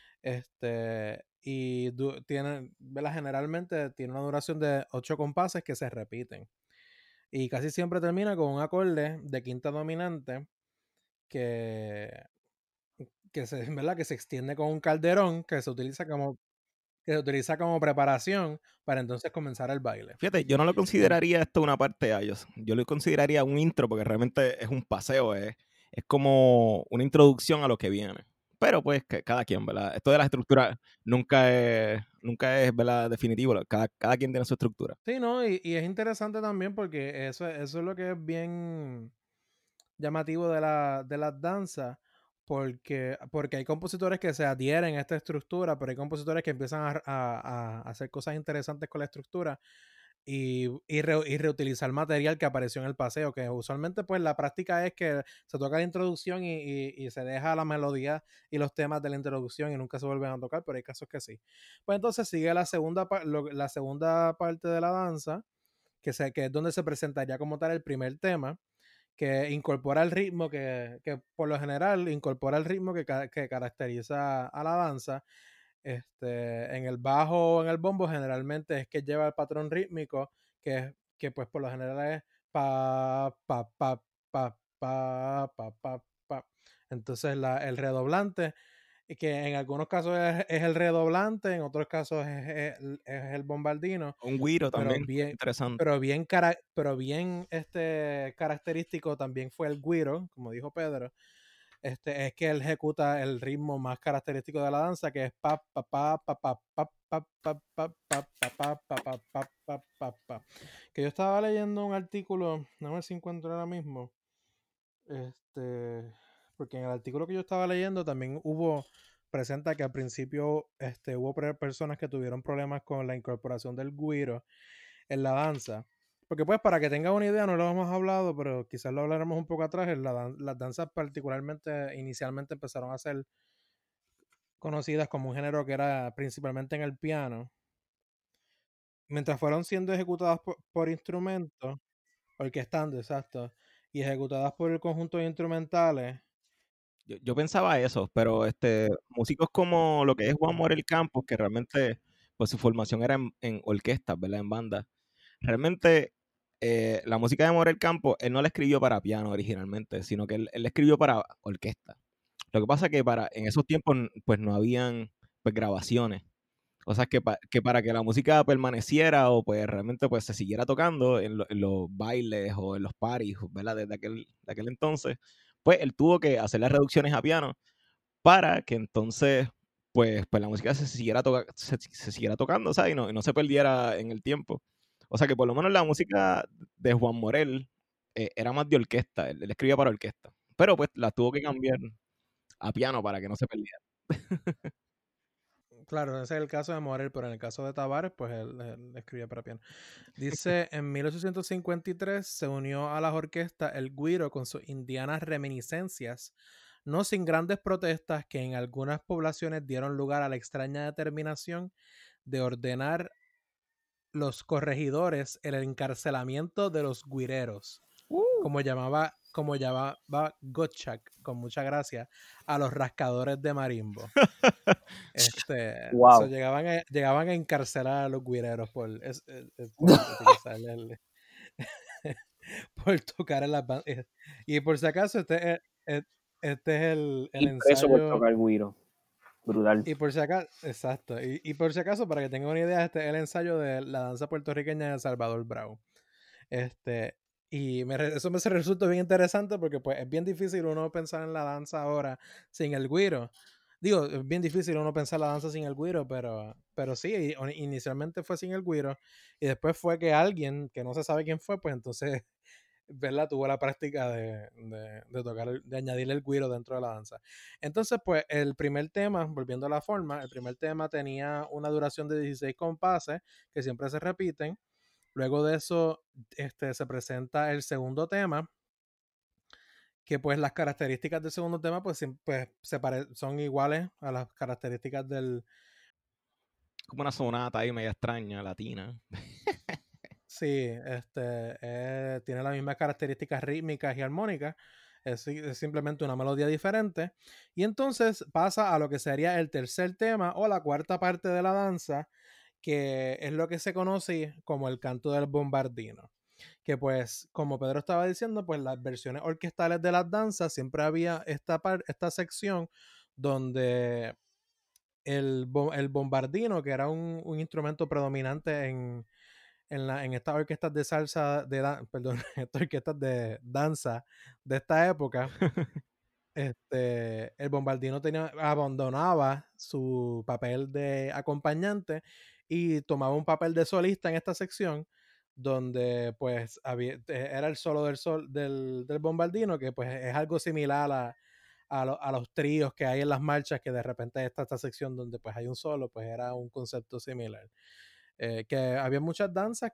y ¿verdad? Generalmente tiene una duración de 8 compases que se repiten. Y casi siempre termina con un acorde de quinta dominante que ¿verdad? Que se extiende con un calderón que se utiliza como preparación para entonces comenzar el baile. Fíjate, yo no lo consideraría esto una parte A, yo lo consideraría un intro porque realmente es un paseo, es como una introducción a lo que viene. Pero pues que cada quien, ¿verdad? Esto de la estructura nunca es, ¿verdad? Definitivo, cada quien tiene su estructura. Sí, ¿no? Y es interesante también porque eso es lo que es bien llamativo de las danzas, porque hay compositores que se adhieren a esta estructura, pero hay compositores que empiezan a hacer cosas interesantes con la estructura y reutilizar material que apareció en el paseo, que usualmente pues la práctica es que se toca la introducción y se deja la melodía y los temas de la introducción y nunca se vuelven a tocar, pero hay casos que sí. Pues entonces sigue la segunda parte de la danza, que es donde se presentaría como tal el primer tema, que incorpora el ritmo que por lo general incorpora el ritmo que caracteriza a la danza. En el bajo o en el bombo generalmente es que lleva el patrón rítmico que pues por lo general es pa, pa, pa, pa, pa, pa, pa, pa. Entonces el redoblante, que en algunos casos es el redoblante, en otros casos es el bombardino, Un güiro pero también, bien, interesante. pero bien característico también fue el güiro, como dijo Pedro. Es que él ejecuta el ritmo más característico de la danza, que es pa pa pa pa pa pa pa pa pa pa pa pa pa pa pa pa pa. Que yo estaba leyendo un artículo, no sé si encuentro ahora mismo, porque en el artículo que yo estaba leyendo también presenta que al principio hubo personas que tuvieron problemas con la incorporación del güiro en la danza. Porque pues para que tengas una idea, no lo hemos hablado, pero quizás lo hablaremos un poco atrás, las danzas particularmente inicialmente empezaron a ser conocidas como un género que era principalmente en el piano. Mientras fueron siendo ejecutadas por instrumentos, orquestando, exacto, y ejecutadas por el conjunto de instrumentales. Yo pensaba eso, pero músicos como lo que es Juan Morel Campos, que realmente pues su formación era en orquestas, ¿verdad? En bandas. Realmente la música de Morel Campo, él no la escribió para piano originalmente, sino que él la escribió para orquesta. Lo que pasa es que en esos tiempos pues no habían pues, grabaciones. O sea, que para que la música permaneciera o pues realmente pues se siguiera tocando en los bailes o en los parties, ¿verdad? De aquel entonces, pues él tuvo que hacer las reducciones a piano para que entonces pues la música se siguiera tocando, ¿sabes? Y no se perdiera en el tiempo. O sea que por lo menos la música de Juan Morel era más de orquesta, él escribía para orquesta, pero pues la tuvo que cambiar a piano para que no se perdiera. Claro, ese es el caso de Morel, pero en el caso de Tavares, pues él escribía para piano. Dice, en 1853 se unió a las orquestas el güiro con sus indianas reminiscencias, no sin grandes protestas que en algunas poblaciones dieron lugar a la extraña determinación de ordenar los corregidores el encarcelamiento de los güireros, como llamaba Gottschalk, con mucha gracia, a los rascadores de marimbo. Wow. Llegaban a encarcelar a los güireros por utilizar por tocar en las bandas. Y por si acaso, este es el Impreso por ensayo. tocar güiro. Brutal. Y por si acaso, exacto. Y por si acaso, para que tengan una idea, este es el ensayo de la danza puertorriqueña de Salvador Bravo. Y eso me resulta bien interesante porque pues es bien difícil uno pensar en la danza ahora sin el güiro. Digo, es bien difícil uno pensar la danza sin el güiro, pero sí, inicialmente fue sin el güiro y después fue que alguien, que no se sabe quién fue, pues entonces, ¿verdad? Tuvo la práctica de tocar, de añadirle el güiro dentro de la danza. Entonces, pues el primer tema, volviendo a la forma, el primer tema tenía una duración de 16 compases que siempre se repiten. Luego de eso se presenta el segundo tema, que pues las características del segundo tema pues son iguales a las características del... Como una sonata ahí media extraña, latina. Sí, tiene las mismas características rítmicas y armónicas, es simplemente una melodía diferente. Y entonces pasa a lo que sería el tercer tema o la cuarta parte de la danza, que es lo que se conoce como el canto del bombardino. Que pues, como Pedro estaba diciendo, pues las versiones orquestales de las danzas siempre había esta sección donde el bombardino, que era un instrumento predominante en estas orquestas de salsa, perdón, estas orquestas de danza de esta época, el bombardino abandonaba su papel de acompañante y tomaba un papel de solista en esta sección, donde pues era el solo del bombardino, que pues es algo similar a los tríos que hay en las marchas, que de repente está esta sección donde pues hay un solo, pues era un concepto similar. Que había muchas danzas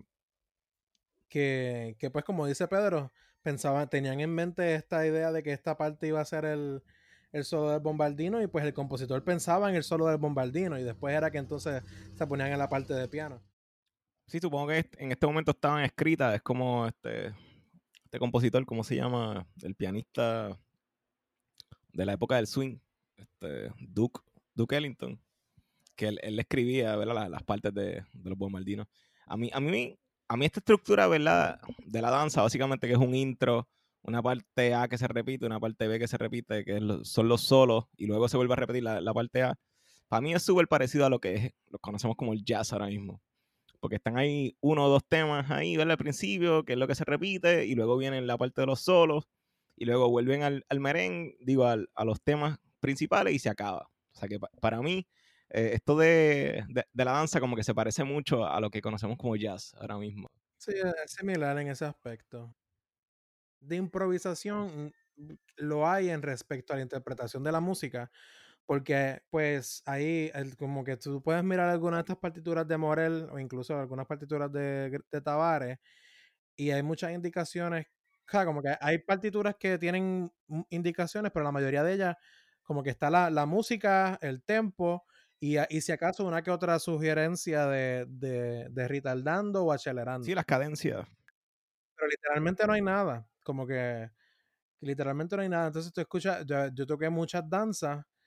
que pues como dice Pedro, tenían en mente esta idea de que esta parte iba a ser el solo del bombardino y pues el compositor pensaba en el solo del bombardino y después era que entonces se ponían en la parte de piano. Sí, supongo que en este momento estaban escritas, es como este compositor, ¿cómo se llama? El pianista de la época del swing, Duke Ellington, que él escribía, ¿verdad? Las partes de los bombardinos. A mí esta estructura, ¿verdad? De la danza, básicamente que es un intro, una parte A que se repite, una parte B que se repite, que son los solos, y luego se vuelve a repetir la parte A. Para mí es súper parecido a lo que lo conocemos como el jazz ahora mismo. Porque están ahí uno o dos temas ahí, ¿verdad? Al principio, que es lo que se repite, y luego viene la parte de los solos, y luego vuelven al merengue, digo, a los temas principales y se acaba. O sea que para mí, esto de la danza como que se parece mucho a lo que conocemos como jazz ahora mismo. Sí, es similar en ese aspecto. De improvisación lo hay en respecto a la interpretación de la música, porque pues ahí como que tú puedes mirar algunas de estas partituras de Morel o incluso algunas partituras de Tavares y hay muchas indicaciones, o sea, como que hay partituras que tienen indicaciones, pero la mayoría de ellas como que está la música, el tempo y si acaso una que otra sugerencia de retardando o acelerando. Sí, las cadencias. Pero literalmente no hay nada, como que literalmente no hay nada. Entonces tú escuchas, yo toqué muchas danzas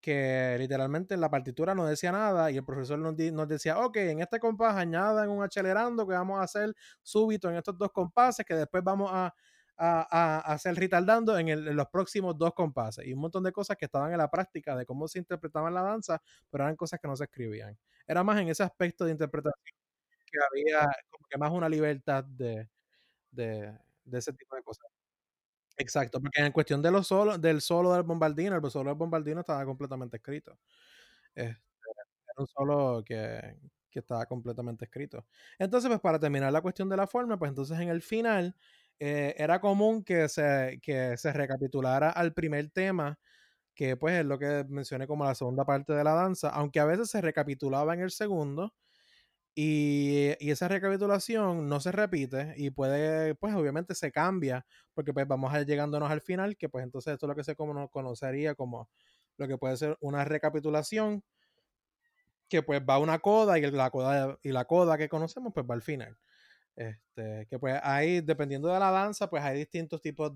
que literalmente en la partitura no decía nada y el profesor nos decía, ok, en este compás añadan un acelerando que vamos a hacer súbito en estos 2 compases que después vamos a hacer retardando en los próximos 2 compases y un montón de cosas que estaban en la práctica de cómo se interpretaban la danza, pero eran cosas que no se escribían. Era más en ese aspecto de interpretación que había como que más una libertad de ese tipo de cosas. Exacto, porque en cuestión de los solos, del solo del bombardino, el solo del bombardino estaba completamente escrito. Este, era un solo que estaba completamente escrito. Entonces, pues para terminar la cuestión de la forma, pues entonces en el final era común que se recapitulara al primer tema, que pues es lo que mencioné como la segunda parte de la danza, aunque a veces se recapitulaba en el segundo. Y esa recapitulación no se repite y puede, pues obviamente se cambia, porque pues vamos a ir llegándonos al final, que pues entonces esto es lo que se conocería como lo que puede ser una recapitulación, que pues va a una coda y la coda que conocemos pues va al final. Que pues ahí, dependiendo de la danza, pues hay distintos tipos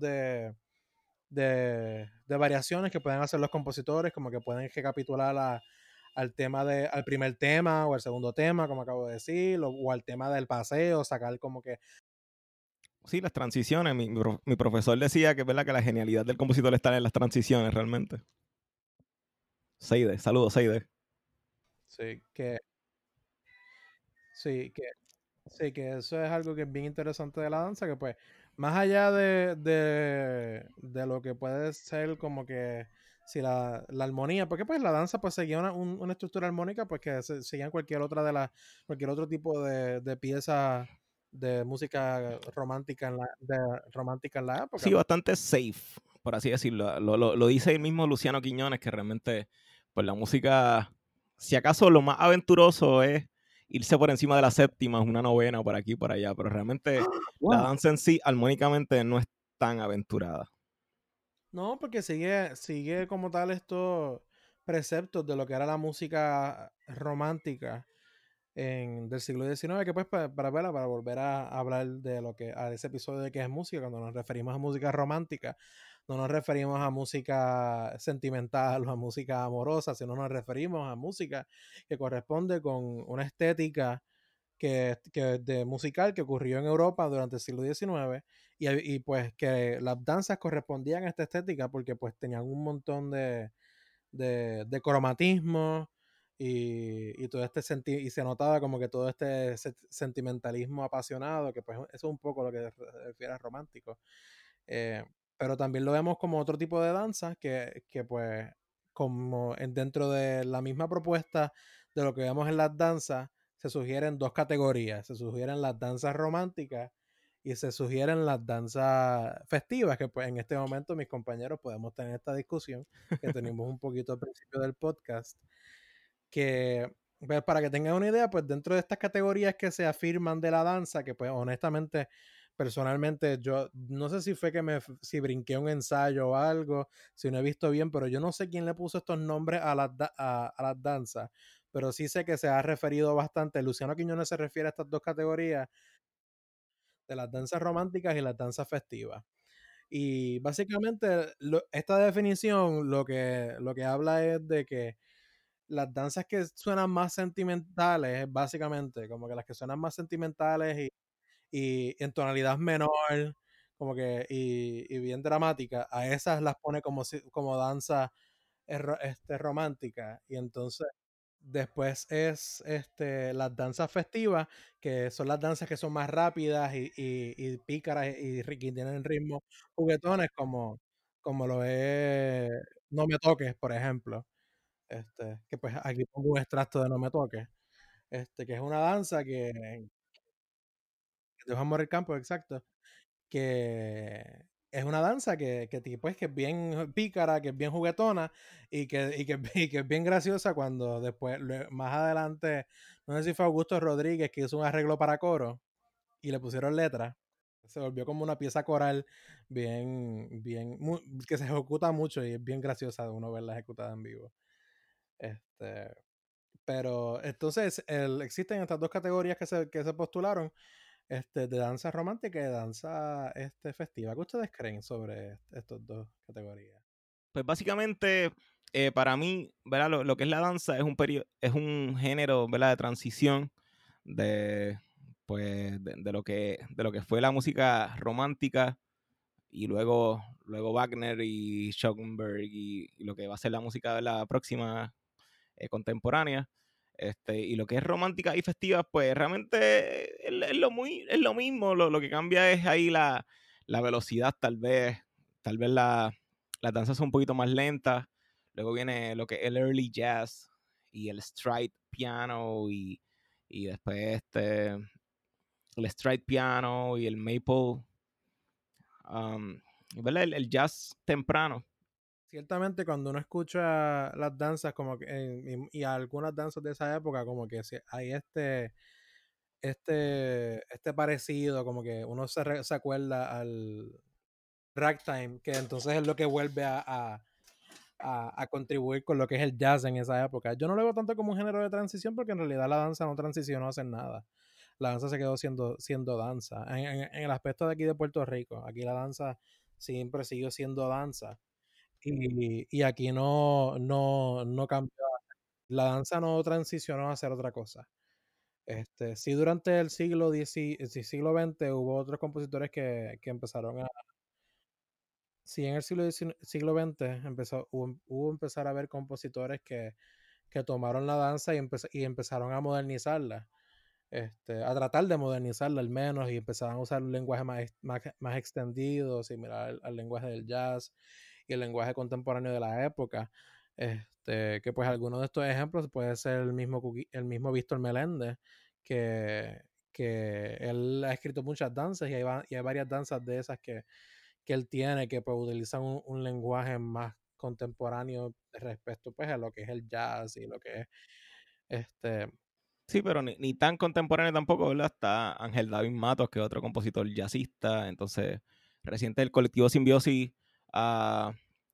de variaciones que pueden hacer los compositores, como que pueden recapitular al primer tema o al segundo tema, como acabo de decir, o al tema del paseo, sacar como que... Sí, las transiciones. Mi profesor decía que es verdad que la genialidad del compositor está en las transiciones realmente. Seide, saludos, Seide. Sí, sí, que Sí, que eso es algo que es bien interesante de la danza, que pues, más allá de lo que puede ser como que si la armonía, porque pues la danza pues seguía una estructura armónica, pues que seguían cualquier otro tipo de pieza de música romántica en la época. Sí, bastante safe, por así decirlo. Lo dice el mismo Luciano Quiñones, que realmente, pues la música, si acaso lo más aventuroso es irse por encima de la séptima, una novena, por aquí, por allá, pero realmente la Wow. danza en sí, armónicamente, no es tan aventurada. No, porque sigue como tal estos preceptos de lo que era la música romántica del siglo XIX, que pues para volver a hablar de lo que, a ese episodio de qué es música, cuando nos referimos a música romántica, no nos referimos a música sentimental o a música amorosa, sino nos referimos a música que corresponde con una estética que de musical que ocurrió en Europa durante el siglo XIX y pues que las danzas correspondían a esta estética porque pues tenían un montón de cromatismo y todo y se notaba como que todo este sentimentalismo apasionado, que pues eso es un poco lo que se refiere a romántico. Eh, pero también lo vemos como otro tipo de danza que pues como dentro de la misma propuesta de lo que vemos en las danzas, se sugieren 2 categorías, se sugieren las danzas románticas y se sugieren las danzas festivas, que pues en este momento mis compañeros podemos tener esta discusión que tenemos un poquito al principio del podcast, que pues, para que tengan una idea, pues dentro de estas categorías que se afirman de la danza, que pues honestamente, personalmente, yo no sé si fue que si brinqué un ensayo o algo, si no he visto bien, pero yo no sé quién le puso estos nombres a las danzas, pero sí sé que se ha referido bastante, Luciano Quiñones se refiere a estas 2 categorías de las danzas románticas y las danzas festivas. Y básicamente esta definición lo que habla es de que las danzas que suenan más sentimentales, básicamente, como que las que suenan más sentimentales y en tonalidad menor, como que, y bien dramática, a esas las pone como danza romántica. Y entonces, después es las danzas festivas, que son las danzas que son más rápidas y pícaras que tienen ritmos juguetones, como lo es No Me Toques, por ejemplo. Que pues aquí pongo un extracto de No Me Toques, que es una danza de Juan Morel Campos, exacto, que es una danza pues, que es bien pícara, que es bien juguetona y que es bien graciosa cuando después, más adelante, no sé si fue Augusto Rodríguez que hizo un arreglo para coro y le pusieron letras. Se volvió como una pieza coral que se ejecuta mucho y es bien graciosa uno verla ejecutada en vivo. Este, pero entonces existen estas 2 categorías que se postularon, de danza romántica y de danza festiva. ¿Qué ustedes creen sobre estas 2 categorías? Pues básicamente para mí, ¿verdad? Lo que es la danza es un género, ¿verdad? De transición de, pues, de lo que fue la música romántica y luego Wagner y Schoenberg y lo que va a ser la música de la próxima contemporánea. Y lo que es romántica y festiva, pues realmente es lo mismo. Lo que cambia es ahí la velocidad, tal vez las danzas son un poquito más lentas. Luego viene lo que es el early jazz y el stride piano y después el stride piano y el maple, ¿verdad? El jazz temprano. Ciertamente cuando uno escucha las danzas como que, y algunas danzas de esa época, como que hay este parecido, como que uno se acuerda al ragtime, que entonces es lo que vuelve a contribuir con lo que es el jazz en esa época. Yo no lo veo tanto como un género de transición porque en realidad la danza no transicionó a hacer nada. La danza se quedó siendo danza. En el aspecto de aquí de Puerto Rico, aquí la danza siempre siguió siendo danza. Y aquí no cambió. La danza no transicionó a hacer otra cosa. Sí, durante el siglo XX hubo otros compositores que empezaron a... Sí, en el siglo XX hubo empezar a haber compositores que tomaron la danza y empezaron a modernizarla, a tratar de modernizarla al menos, y empezaron a usar un lenguaje más extendido, similar al lenguaje del jazz y el lenguaje contemporáneo de la época. Que pues algunos de estos ejemplos puede ser el mismo Víctor Meléndez, que, que él ha escrito muchas danzas y hay varias danzas de esas que él tiene que pues utilizan un lenguaje más contemporáneo respecto pues a lo que es el jazz y lo que es este Sí, pero ni tan contemporáneo tampoco, ¿verdad? Está Ángel David Matos, que es otro compositor jazzista. Entonces, reciente el colectivo Simbiosis ah,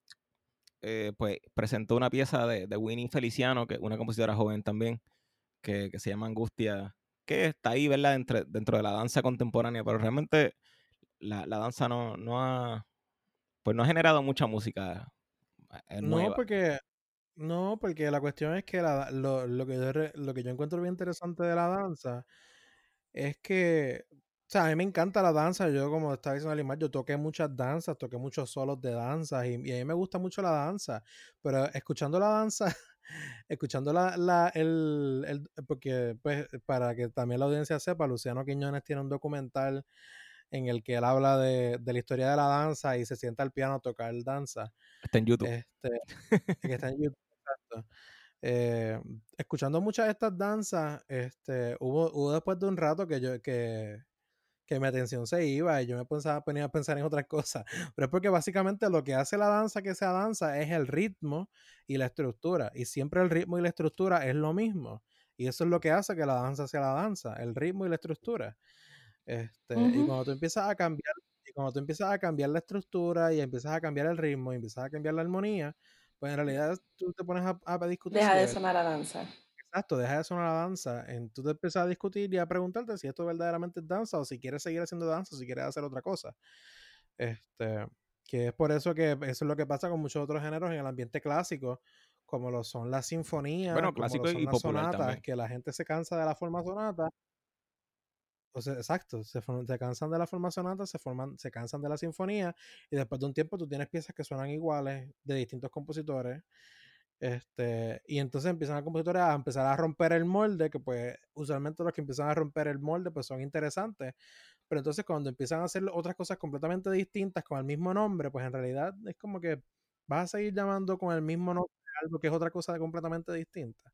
pues presentó una pieza de Winnie Feliciano, que es una compositora joven también, que se llama Angustia, que está ahí, ¿verdad? Dentro de la danza contemporánea, pero realmente la danza pues no ha generado mucha música no nueva. porque no porque la cuestión es que lo que yo encuentro bien interesante de la danza es que, o sea, a mí me encanta la danza. Yo, como estaba diciendo Alimar, yo toqué muchas danzas, toqué muchos solos de danza y a mí me gusta mucho la danza. Pero escuchando la danza, escuchando porque, pues, para que también la audiencia sepa, Luciano Quiñones tiene un documental en el que él habla de la historia de la danza y se sienta al piano a tocar danza. Está en YouTube. Este, que está en YouTube, exacto. Eh, Escuchando muchas de estas danzas, hubo después de un rato que mi atención se iba y yo ponía a pensar en otras cosas. Pero es porque básicamente lo que hace la danza que sea danza es el ritmo y la estructura. Y siempre el ritmo y la estructura es lo mismo. Y eso es lo que hace que la danza sea la danza, el ritmo y la estructura. Y cuando tú empiezas a cambiar, la estructura y empiezas a cambiar el ritmo y empiezas a cambiar la armonía, pues en realidad tú te pones a discutir si Deja de de verdad. sonar la danza. Exacto, deja de sonar la danza. Tú te empiezas a discutir y a preguntarte si esto verdaderamente es danza o si quieres seguir haciendo danza o si quieres hacer otra cosa. Que es por eso que eso es lo que pasa con muchos otros géneros en el ambiente clásico, como lo son las sinfonías, Bueno, como lo clásico son y las popular sonatas, también. que la gente se cansa de la forma sonata. O sea, exacto, se cansan de la forma sonata, se cansan de la sinfonía, y después de un tiempo tú tienes piezas que suenan iguales de distintos compositores. Y entonces empiezan a compositores a empezar a romper el molde, que pues usualmente los que empiezan a romper el molde pues son interesantes, pero entonces cuando empiezan a hacer otras cosas completamente distintas con el mismo nombre, pues en realidad es como que vas a seguir llamando con el mismo nombre algo que es otra cosa completamente distinta.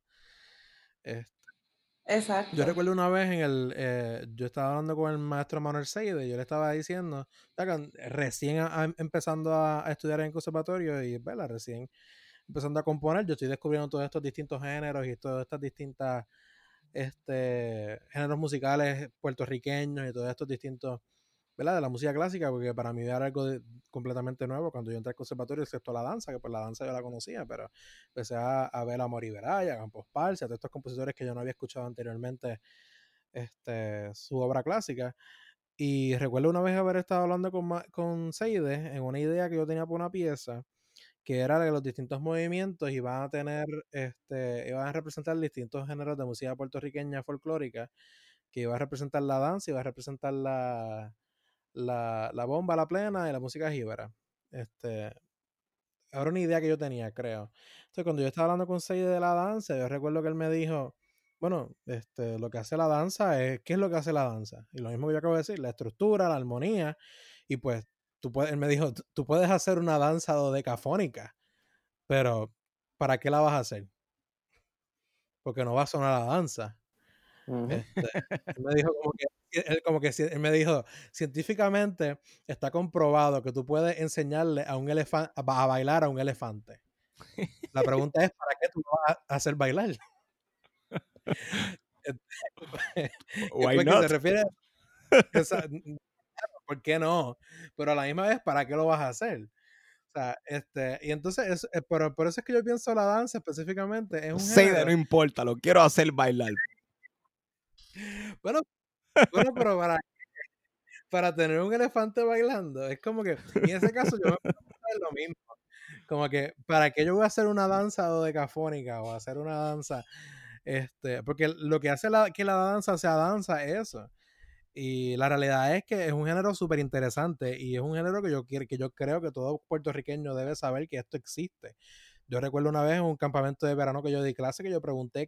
Yo Exacto. recuerdo una vez yo estaba hablando con el maestro Manuel Seide y yo le estaba diciendo, ya que recién empezando a estudiar en el conservatorio y, ¿verdad? Recién empezando a componer, yo estoy descubriendo todos estos distintos géneros y todas estas distintas géneros musicales puertorriqueños y todos estos distintos, ¿verdad? De la música clásica, porque para mí era algo completamente nuevo cuando yo entré al conservatorio, excepto la danza, que pues la danza yo la conocía, pero empecé a ver a Mori Beraya, a Campos Parcia, a todos estos compositores que yo no había escuchado anteriormente su obra clásica. Y recuerdo una vez haber estado hablando con Seide en una idea que yo tenía por una pieza, que era que los distintos movimientos iban a tener, iban a representar distintos géneros de música puertorriqueña folclórica, que iba a representar la danza, iba a representar la bomba, la plena y la música jíbara. Era una idea que yo tenía, creo. Entonces, cuando yo estaba hablando con Seide de la danza, yo recuerdo que él me dijo, bueno, lo que hace la danza es, ¿qué es lo que hace la danza? Y lo mismo que yo acabo de decir, la estructura, la armonía, y pues, él me dijo, tú puedes hacer una danza dodecafónica, pero ¿para qué la vas a hacer? Porque no va a sonar la danza. Él me dijo él me dijo, científicamente está comprobado que tú puedes enseñarle a un elefante a bailar a un elefante. La pregunta es, ¿para qué tú lo vas a hacer bailar? Why Porque not? se refiere ¿por qué no? Pero a la misma vez, ¿para qué lo vas a hacer? O sea, y entonces, pero por eso es que yo pienso la danza específicamente, es un Seide, género. no importa, lo quiero hacer bailar. Bueno, pero para tener un elefante bailando, es como que, y en ese caso yo me pregunto lo mismo. Como que, ¿para qué yo voy a hacer una danza dodecafónica o hacer una danza? Porque lo que hace que la danza sea danza es eso. Y la realidad es que es un género súper interesante y es un género que yo creo que todo puertorriqueño debe saber que esto existe. Yo recuerdo una vez en un campamento de verano que yo di clase que yo pregunté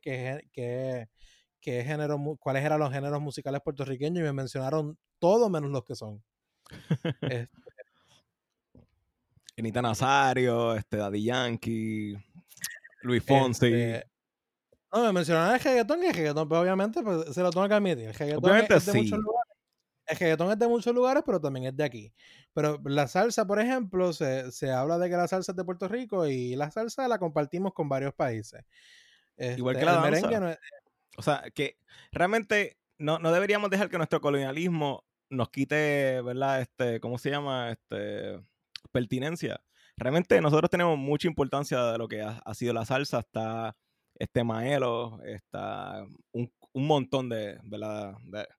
cuáles eran los géneros musicales puertorriqueños y me mencionaron todo menos los que son. Anita Nazario, Daddy Yankee, Luis Fonsi. No, me mencionaron el reggaetón y el reggaetón, pues obviamente pues, se lo tengo que admitir. El reggaetón Obviamente es de muchos sí. lugares. El reggaetón es de muchos lugares, pero también es de aquí. Pero la salsa, por ejemplo, se habla de que la salsa es de Puerto Rico y la salsa la compartimos con varios países. Igual que la el danza. merengue no es... O sea, que realmente no deberíamos dejar que nuestro colonialismo nos quite, ¿verdad? ¿Cómo se llama? Pertinencia. Realmente nosotros tenemos mucha importancia de lo que ha sido la salsa. Está Maelo, está un montón de, ¿verdad?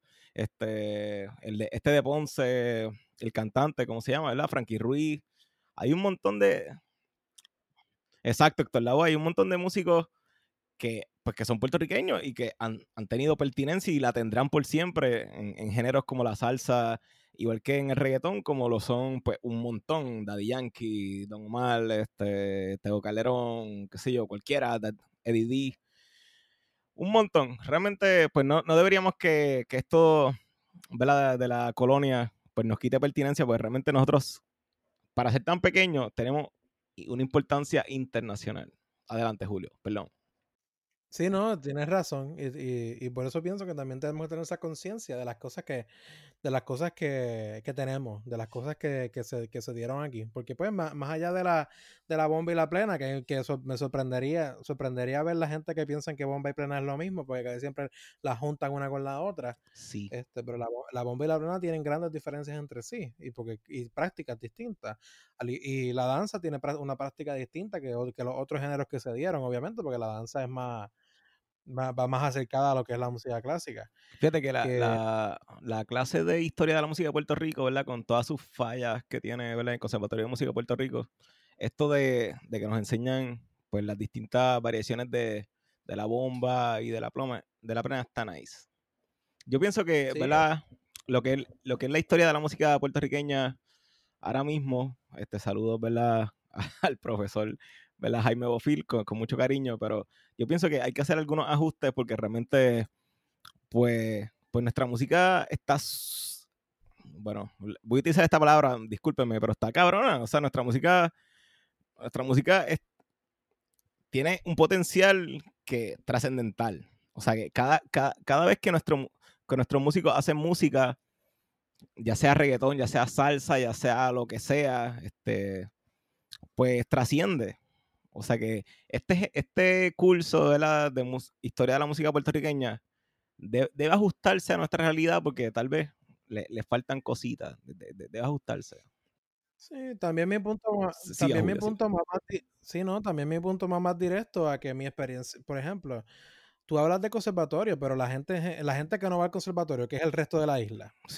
De Ponce, el cantante, ¿cómo se llama? ¿Verdad? Frankie Ruiz. Hay un montón de... Exacto, Héctor Lavoe. Hay un montón de músicos que son puertorriqueños y que han tenido pertinencia y la tendrán por siempre en géneros como la salsa, igual que en el reggaetón, como lo son pues un montón, Daddy Yankee, Don Omar, Tego Calderón, qué sé yo, cualquiera, Eddie D, un montón. Realmente pues no deberíamos que esto, ¿verdad? De la colonia pues nos quite pertinencia, pues realmente nosotros, para ser tan pequeños, tenemos una importancia internacional. Adelante, Julio, perdón. Sí, no, tienes razón. Y por eso pienso que también tenemos que tener esa conciencia de las cosas que tenemos, de las cosas que se dieron aquí. Porque pues más allá de la bomba y la plena, que eso me sorprendería ver la gente que piensan que bomba y plena es lo mismo, porque casi siempre la juntan una con la otra. Sí. Pero la bomba y la plena tienen grandes diferencias entre sí y prácticas distintas. Y la danza tiene una práctica distinta que los otros géneros que se dieron, obviamente, porque la danza es va más acercada a lo que es la música clásica. Fíjate que la clase de historia de la música de Puerto Rico, ¿verdad? Con todas sus fallas que tiene, ¿verdad? El Conservatorio de Música de Puerto Rico, esto de que nos enseñan pues las distintas variaciones de la bomba y de la plena está nice. Yo pienso que, Sí. ¿verdad? Lo que es la historia de la música puertorriqueña ahora mismo, saludos, ¿verdad? Al profesor, ¿verdad? Jaime Bofil, con mucho cariño, pero yo pienso que hay que hacer algunos ajustes porque realmente pues nuestra música está, bueno, voy a utilizar esta palabra, discúlpenme, pero está cabrona. O sea, nuestra música tiene un potencial trascendental. O sea, que cada vez que nuestros músicos hacen música, ya sea reggaetón, ya sea salsa, ya sea lo que sea, pues trasciende. O sea que este curso de historia de la música puertorriqueña debe ajustarse a nuestra realidad porque tal vez le faltan cositas, debe ajustarse. Sí, también mi punto más, Siga, también mi Julio, punto sí, no, también mi punto más directo a que mi experiencia, por ejemplo, tú hablas de conservatorio, pero la gente que no va al conservatorio, que es el resto de la isla, sí.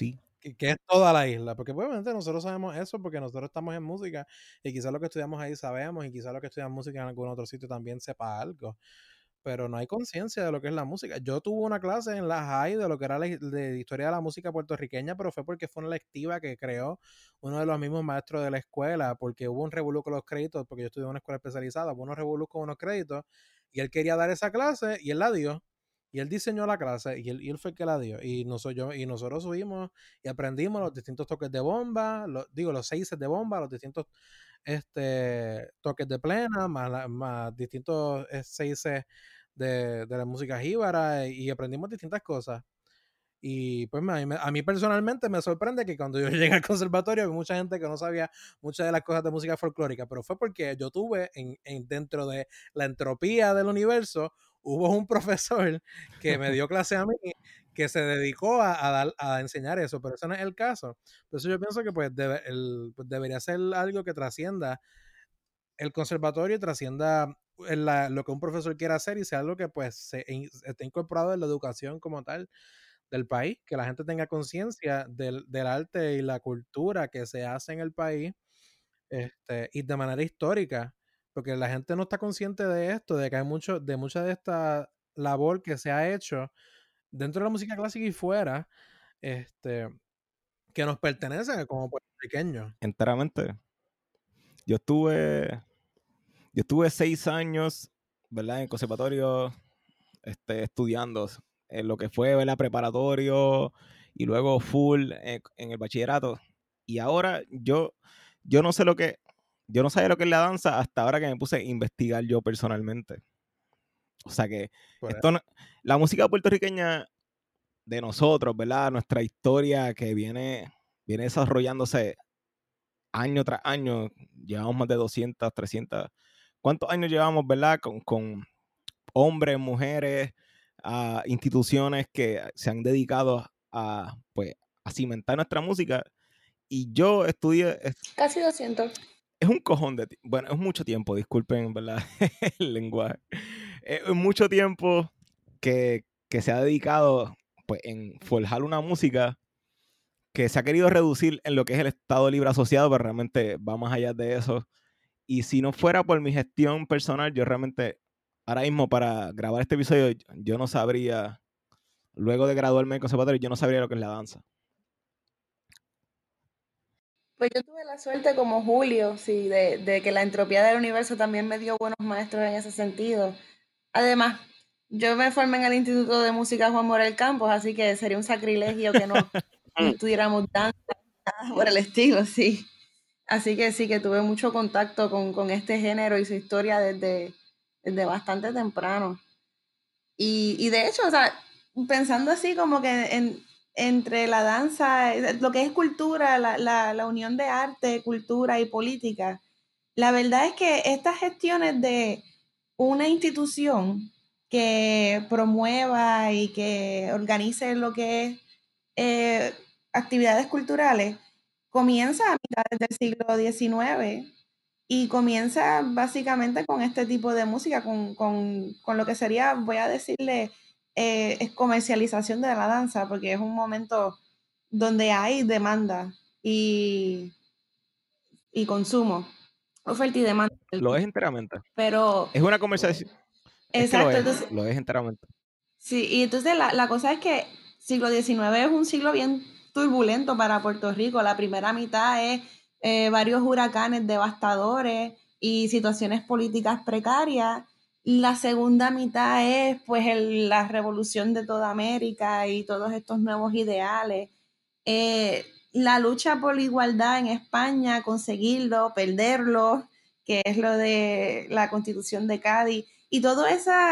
que es toda la isla, porque obviamente nosotros sabemos eso porque nosotros estamos en música y quizás lo que estudiamos ahí sabemos y quizás lo que estudiamos música en algún otro sitio también sepa algo, pero no hay conciencia de lo que es la música. Yo tuve una clase en la high de lo que era de historia de la música puertorriqueña, pero fue porque fue una lectiva que creó uno de los mismos maestros de la escuela, porque hubo un revolú con los créditos, porque yo estudié en una escuela especializada, hubo unos revolú con unos créditos y él quería dar esa clase y él la dio. Y él diseñó la clase y él fue el que la dio. Y nosotros subimos y aprendimos los distintos toques de bomba, los seises de bomba, los distintos toques de plena, más distintos seises de la música jíbara y aprendimos distintas cosas. Y pues a mí personalmente me sorprende que cuando yo llegué al conservatorio había mucha gente que no sabía muchas de las cosas de música folclórica, pero fue porque yo tuve dentro de la entropía del universo, hubo un profesor que me dio clase a mí que se dedicó a enseñar eso, pero eso no es el caso. Por eso yo pienso que pues debería ser algo que trascienda el conservatorio, trascienda lo que un profesor quiera hacer y sea algo que pues esté incorporado en la educación como tal del país, que la gente tenga conciencia del arte y la cultura que se hace en el país, y de manera histórica, porque la gente no está consciente de esto, de que hay mucha de esta labor que se ha hecho dentro de la música clásica y fuera, que nos pertenece como puertorriqueños. Enteramente. Yo estuve 6 años, ¿verdad? En el conservatorio estudiando en lo que fue, ¿verdad? Preparatorio y luego full en el bachillerato. Y ahora yo no sé yo no sabía lo que es la danza hasta ahora que me puse a investigar yo personalmente. O sea que la música puertorriqueña de nosotros, ¿verdad? Nuestra historia que viene desarrollándose año tras año, llevamos más de 200, 300. ¿Cuántos años llevamos, verdad? Con hombres, mujeres, instituciones que se han dedicado a, pues, a cimentar nuestra música. Y yo estudié... Casi 200. Es un cojón de tiempo. Bueno, es mucho tiempo, disculpen, ¿verdad? El lenguaje. Es mucho tiempo que se ha dedicado pues, en forjar una música que se ha querido reducir en lo que es el Estado Libre Asociado, pero realmente va más allá de eso. Y si no fuera por mi gestión personal, yo realmente, ahora mismo para grabar este episodio, yo no sabría, luego de graduarme en conservatorio, yo no sabría lo que es la danza. Pues yo tuve la suerte como Julio, sí, de que la entropía del universo también me dio buenos maestros en ese sentido. Además, yo me formé en el Instituto de Música Juan Morel Campos, así que sería un sacrilegio que no estudiáramos danza, nada por el estilo, sí. Así que sí, que tuve mucho contacto con este género y su historia desde bastante temprano. Y de hecho, o sea, pensando así como que entre la danza, lo que es cultura, la unión de arte, cultura y política, la verdad es que estas gestiones de una institución que promueva y que organice lo que es actividades culturales comienza a mitad del siglo XIX y comienza básicamente con este tipo de música, con lo que sería, voy a decirle, es comercialización de la danza, porque es un momento donde hay demanda y consumo, oferta y demanda. Lo es enteramente. Pero, Es una conversación. exacto, Entonces, lo es enteramente. Sí, y entonces la cosa es que siglo XIX es un siglo bien turbulento para Puerto Rico. La primera mitad es varios huracanes devastadores y situaciones políticas precarias. La segunda mitad es pues la revolución de toda América y todos estos nuevos ideales. La lucha por la igualdad en España, conseguirlo, perderlo, que es lo de la Constitución de Cádiz. Y todo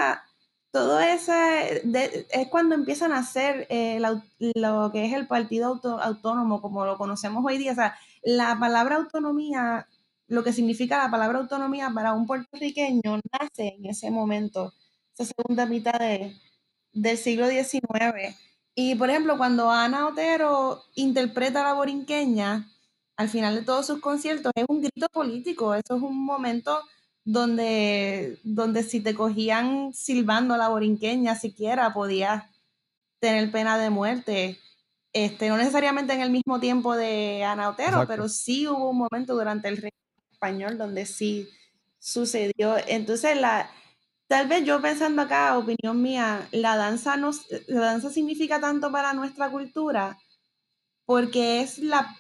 eso es cuando empiezan a hacer lo que es el partido autónomo, como lo conocemos hoy día. O sea, la palabra autonomía, lo que significa la palabra autonomía para un puertorriqueño, nace en ese momento, esa segunda mitad del siglo XIX. Y, por ejemplo, cuando Ana Otero interpreta a la borinqueña, al final de todos sus conciertos, es un grito político. Eso es un momento donde si te cogían silbando la borinqueña siquiera podías tener pena de muerte. no necesariamente en el mismo tiempo de Ana Otero, Exacto. pero sí hubo un momento durante el Reino Español donde sí sucedió. Entonces, tal vez yo pensando acá, opinión mía, la danza significa tanto para nuestra cultura porque es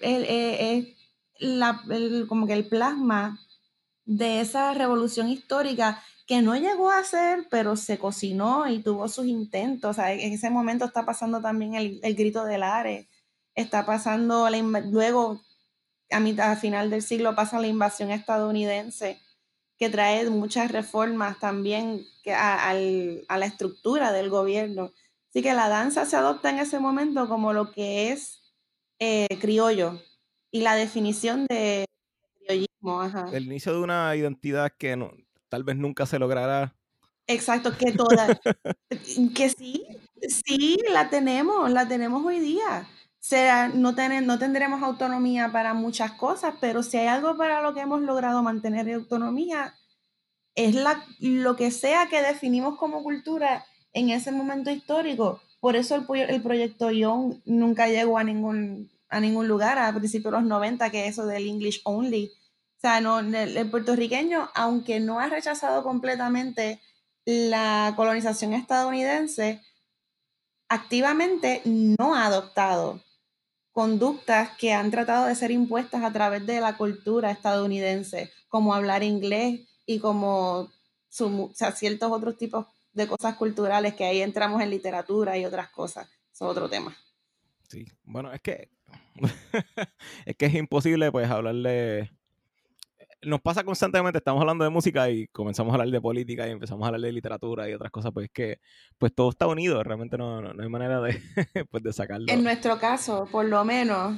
como que el plasma de esa revolución histórica que no llegó a ser, pero se cocinó y tuvo sus intentos. O sea, en ese momento está pasando también el grito del Ares, está pasando luego a final del siglo pasa la invasión estadounidense, que trae muchas reformas también a la estructura del gobierno. Así que la danza se adopta en ese momento como lo que es criollo y la definición de criollismo. Ajá. El inicio de una identidad que tal vez nunca se logrará. Exacto, que sí, la tenemos hoy día. No tendremos autonomía para muchas cosas, pero si hay algo para lo que hemos logrado mantener autonomía, es lo que sea que definimos como cultura en ese momento histórico. Por eso el proyecto Young nunca llegó a ningún lugar a principios de los 90, que es eso del English Only. O sea, no, el puertorriqueño, aunque no ha rechazado completamente la colonización estadounidense, activamente no ha adoptado conductas que han tratado de ser impuestas a través de la cultura estadounidense, como hablar inglés y como ciertos otros tipos de cosas culturales, que ahí entramos en literatura y otras cosas. Eso es otro tema. Sí, bueno, es que es imposible pues hablarle. Nos pasa constantemente, estamos hablando de música y comenzamos a hablar de política y empezamos a hablar de literatura y otras cosas, pues que pues todo está unido, realmente no hay manera de, pues, de sacarlo. En nuestro caso, por lo menos,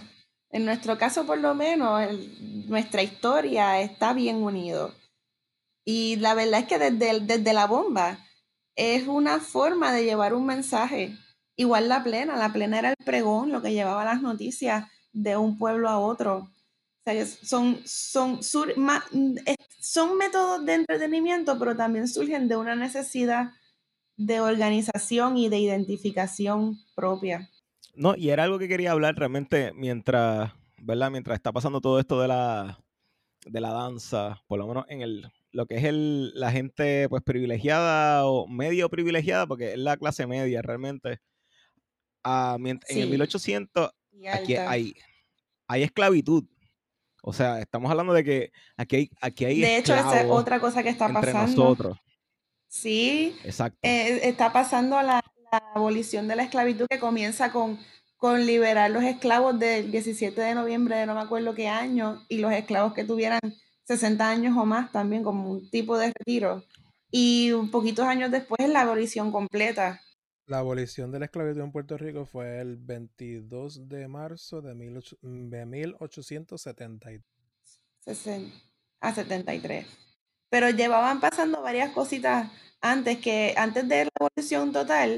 nuestra historia está bien unido. Y la verdad es que desde la bomba es una forma de llevar un mensaje. Igual la plena era el pregón, lo que llevaba las noticias de un pueblo a otro. O sea, son métodos de entretenimiento, pero también surgen de una necesidad de organización y de identificación propia. No, y era algo que quería hablar realmente mientras, ¿verdad? Mientras está pasando todo esto de la danza, por lo menos en lo que es la gente pues privilegiada o medio privilegiada, porque es la clase media realmente. En el 1800 y aquí alta. hay esclavitud. O sea, estamos hablando de que aquí hay De hecho, esa es esclavos otra cosa que está entre pasando. nosotros. Sí, Exacto. está pasando la abolición de la esclavitud, que comienza con liberar los esclavos del 17 de noviembre de no me acuerdo qué año, y los esclavos que tuvieran 60 años o más también como un tipo de retiro. Y poquitos años después la abolición completa. La abolición de la esclavitud en Puerto Rico fue el 22 de marzo de 1873. 73. Pero llevaban pasando varias cositas antes de la abolición total,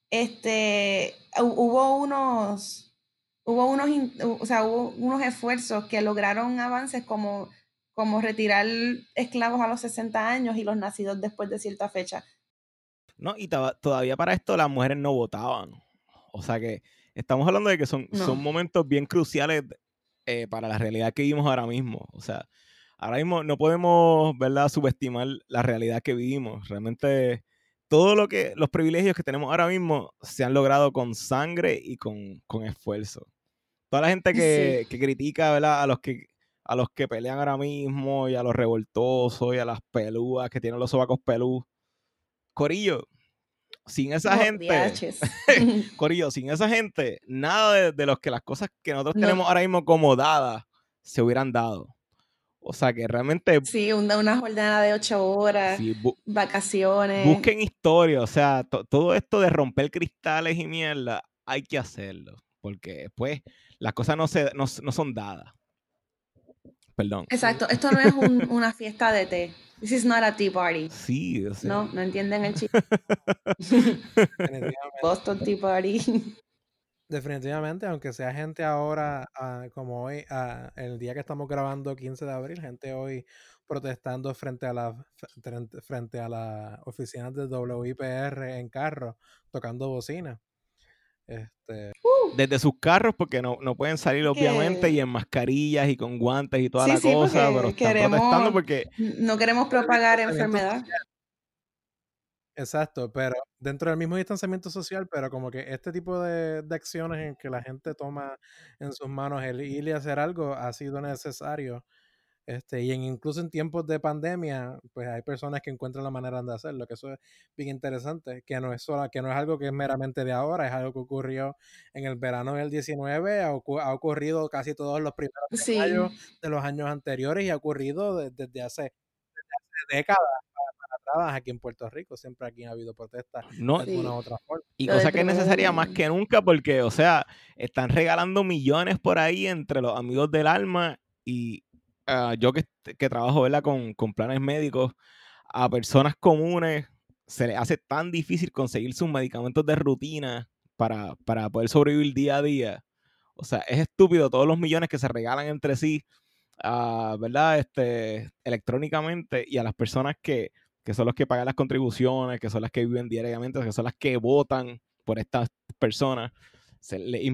hubo unos esfuerzos que lograron avances como retirar esclavos a los 60 años y los nacidos después de cierta fecha. No, y todavía para esto las mujeres no votaban. O sea que estamos hablando de que son momentos bien cruciales para la realidad que vivimos ahora mismo. O sea, ahora mismo no podemos, ¿verdad?, subestimar la realidad que vivimos. Realmente los privilegios que tenemos ahora mismo se han logrado con sangre y con esfuerzo. Toda la gente que critica, ¿verdad?, a los que pelean ahora mismo y a los revoltosos y a las pelúas que tienen los sobacos pelús. Corillo, sin esa gente, Corillo, sin esa gente, nada de los que las cosas que nosotros tenemos ahora mismo como dadas se hubieran dado. O sea que realmente... Sí, una jornada de 8 horas, vacaciones. Busquen historia, o sea, todo esto de romper cristales y mierda, hay que hacerlo. Porque pues las cosas no son dadas. Perdón. Exacto, esto no es una fiesta de té. This is not a tea party. Sí, o sea. No entienden el chiste. Boston Tea Party. Definitivamente, aunque sea gente ahora, como hoy, el día que estamos grabando, 15 de abril, gente hoy protestando frente a las oficinas de WIPR en carro, tocando bocina. Desde sus carros, porque no pueden salir, obviamente, y en mascarillas y con guantes y toda la cosa, pero están protestando porque no queremos propagar enfermedad. Exacto, pero dentro del mismo distanciamiento social, pero como que este tipo de acciones en que la gente toma en sus manos el ir y hacer algo ha sido necesario. Y incluso en tiempos de pandemia, pues hay personas que encuentran la manera de hacerlo, que eso es bien interesante, que no es algo que es meramente de ahora, es algo que ocurrió en el verano del 19, ha ocurrido casi todos los primeros de mayo de los años anteriores y ha ocurrido desde hace décadas para atrás aquí en Puerto Rico, siempre aquí ha habido protestas de alguna u otra forma. Y cosa que es necesaria más que nunca porque, o sea, están regalando millones por ahí entre los amigos del alma y yo que trabajo, ¿verdad? Con planes médicos, a personas comunes se les hace tan difícil conseguir sus medicamentos de rutina para poder sobrevivir día a día. O sea, es estúpido todos los millones que se regalan entre sí, ¿verdad? Electrónicamente, y a las personas que son los que pagan las contribuciones, que son las que viven diariamente, que son las que votan por estas personas, les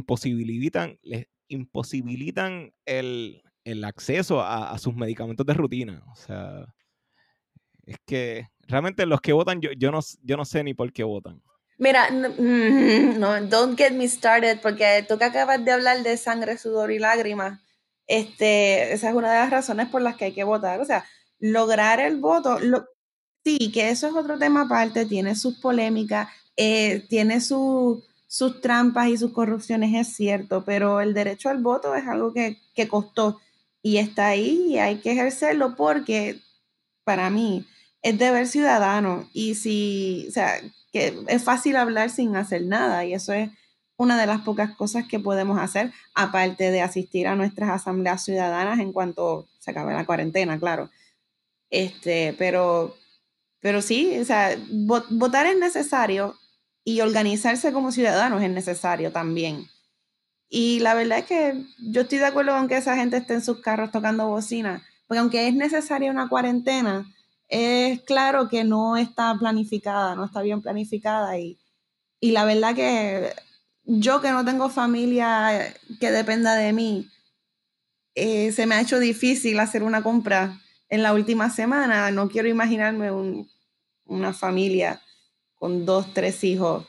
imposibilitan el acceso a sus medicamentos de rutina. O sea, es que realmente los que votan, yo no sé ni por qué votan. Mira, no, don't get me started, porque tú que acabas de hablar de sangre, sudor y lágrimas, esa es una de las razones por las que hay que votar. O sea, lograr el voto, sí, que eso es otro tema aparte, tiene sus polémicas, tiene sus trampas y sus corrupciones, es cierto, pero el derecho al voto es algo que costó y está ahí y hay que ejercerlo porque para mí es deber ciudadano y si, o sea, que es fácil hablar sin hacer nada y eso es una de las pocas cosas que podemos hacer, aparte de asistir a nuestras asambleas ciudadanas en cuanto se acabe la cuarentena, claro. Pero sí, o sea, votar es necesario y organizarse como ciudadanos es necesario también. Y la verdad es que yo estoy de acuerdo con que esa gente esté en sus carros tocando bocina, porque aunque es necesaria una cuarentena, es claro que no está planificada, no está bien planificada y la verdad que yo que no tengo familia que dependa de mí, se me ha hecho difícil hacer una compra en la última semana. No quiero imaginarme una familia con 2, 3 hijos.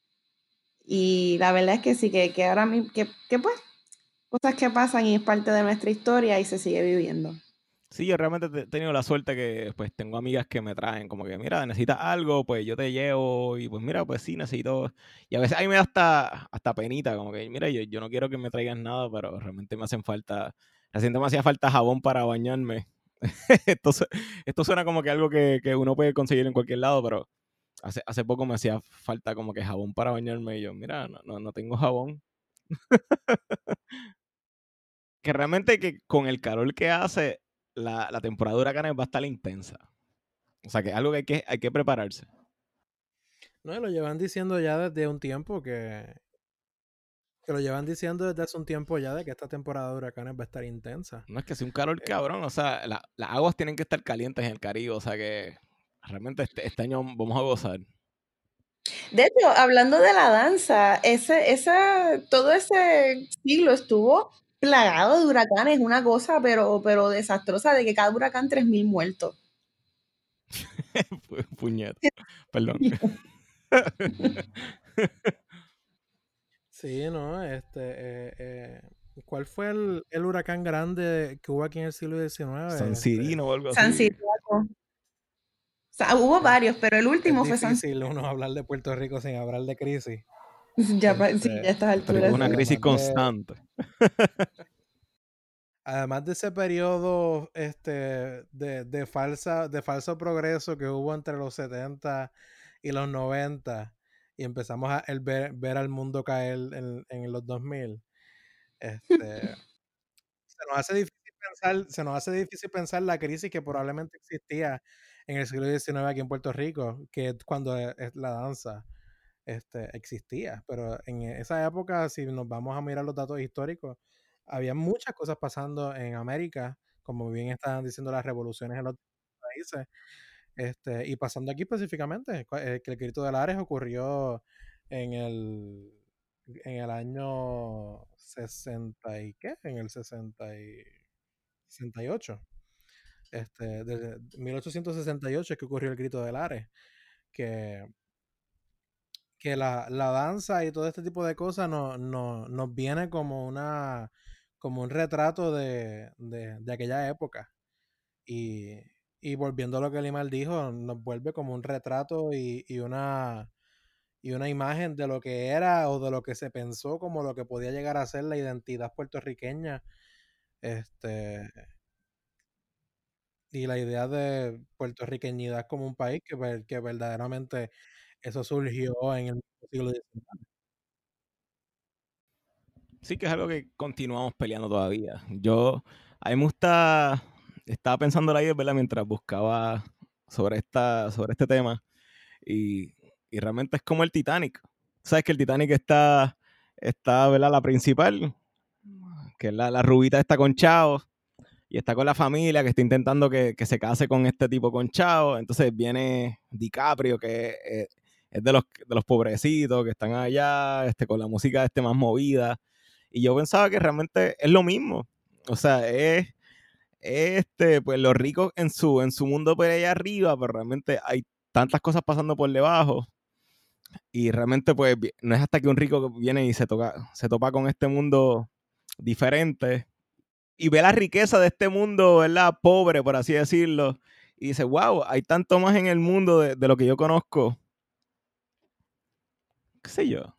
Y la verdad es que sí, que ahora mismo, que pues, cosas que pasan y es parte de nuestra historia y se sigue viviendo. Sí, yo realmente he tenido la suerte que pues tengo amigas que me traen como que, mira, necesitas algo, pues yo te llevo y pues mira, pues sí, necesito. Y a veces a mí me da hasta penita, como que, mira, yo no quiero que me traigan nada, pero realmente me hacen falta, recientemente me hacía falta jabón para bañarme. Entonces, esto suena como que algo que uno puede conseguir en cualquier lado, pero hace poco me hacía falta como que jabón para bañarme y yo, mira, no tengo jabón. Que realmente que con el calor que hace, la temporada de huracanes va a estar intensa. O sea, que es algo que hay que prepararse. No, y lo llevan diciendo ya desde un tiempo que lo llevan diciendo desde hace un tiempo ya de que esta temporada de huracanes va a estar intensa. No es que sea un calor cabrón, o sea, las aguas tienen que estar calientes en el Caribe, o sea que realmente este año vamos a gozar. De hecho, hablando de la danza, todo ese siglo estuvo plagado de huracanes, una cosa pero desastrosa, de que cada huracán 3,000 muertos. Puñeta, perdón. Sí, ¿no? ¿Cuál fue el huracán grande que hubo aquí en el siglo XIX? San Cirino o algo San así. Ciriaco. O sea, hubo varios, pero el Es último fue San difícil uno hablar de Puerto Rico sin hablar de crisis. Ya, sí, ya a estas Puerto Rico es alturas. una Sí. crisis constante. Además de ese periodo de falso progreso que hubo entre los 70 y los 90 y empezamos a ver al mundo caer en los 2000, se nos hace difícil pensar la crisis que probablemente existía en el siglo XIX aquí en Puerto Rico, que es cuando la danza existía. Pero en esa época, si nos vamos a mirar los datos históricos, había muchas cosas pasando en América, como bien estaban diciendo las revoluciones en los países, y pasando aquí específicamente, que el grito de Lares ocurrió en el en el año 60 y qué, en el 68. Desde 1868 es que ocurrió el grito del Ares, que, que la danza y todo este tipo de cosas nos viene como como un retrato de aquella época. Y, y volviendo a lo que Limal dijo, nos vuelve como un retrato y una imagen de lo que era o de lo que se pensó como lo que podía llegar a ser la identidad puertorriqueña. Este, y la idea de puertorriqueñidad como un país que verdaderamente eso surgió en el siglo XIX. Sí que es algo que continuamos peleando todavía. A mí me estaba pensando ayer, ¿verdad? Mientras buscaba sobre este tema y realmente es como el Titanic. ¿Sabes que el Titanic está, ¿verdad? La principal, que es la rubita está con Chao y está con la familia que está intentando que se case con este tipo con Chao. Entonces viene DiCaprio, que es de los pobrecitos que están allá, con la música más movida. Y yo pensaba que realmente es lo mismo. O sea, pues los ricos en su mundo por allá arriba, pero realmente hay tantas cosas pasando por debajo. Y realmente, pues, no es hasta que un rico viene y se topa con este mundo diferente y ve la riqueza de este mundo, ¿verdad? Pobre, por así decirlo. Y dice, wow, hay tanto más en el mundo de lo que yo conozco. ¿Qué sé yo?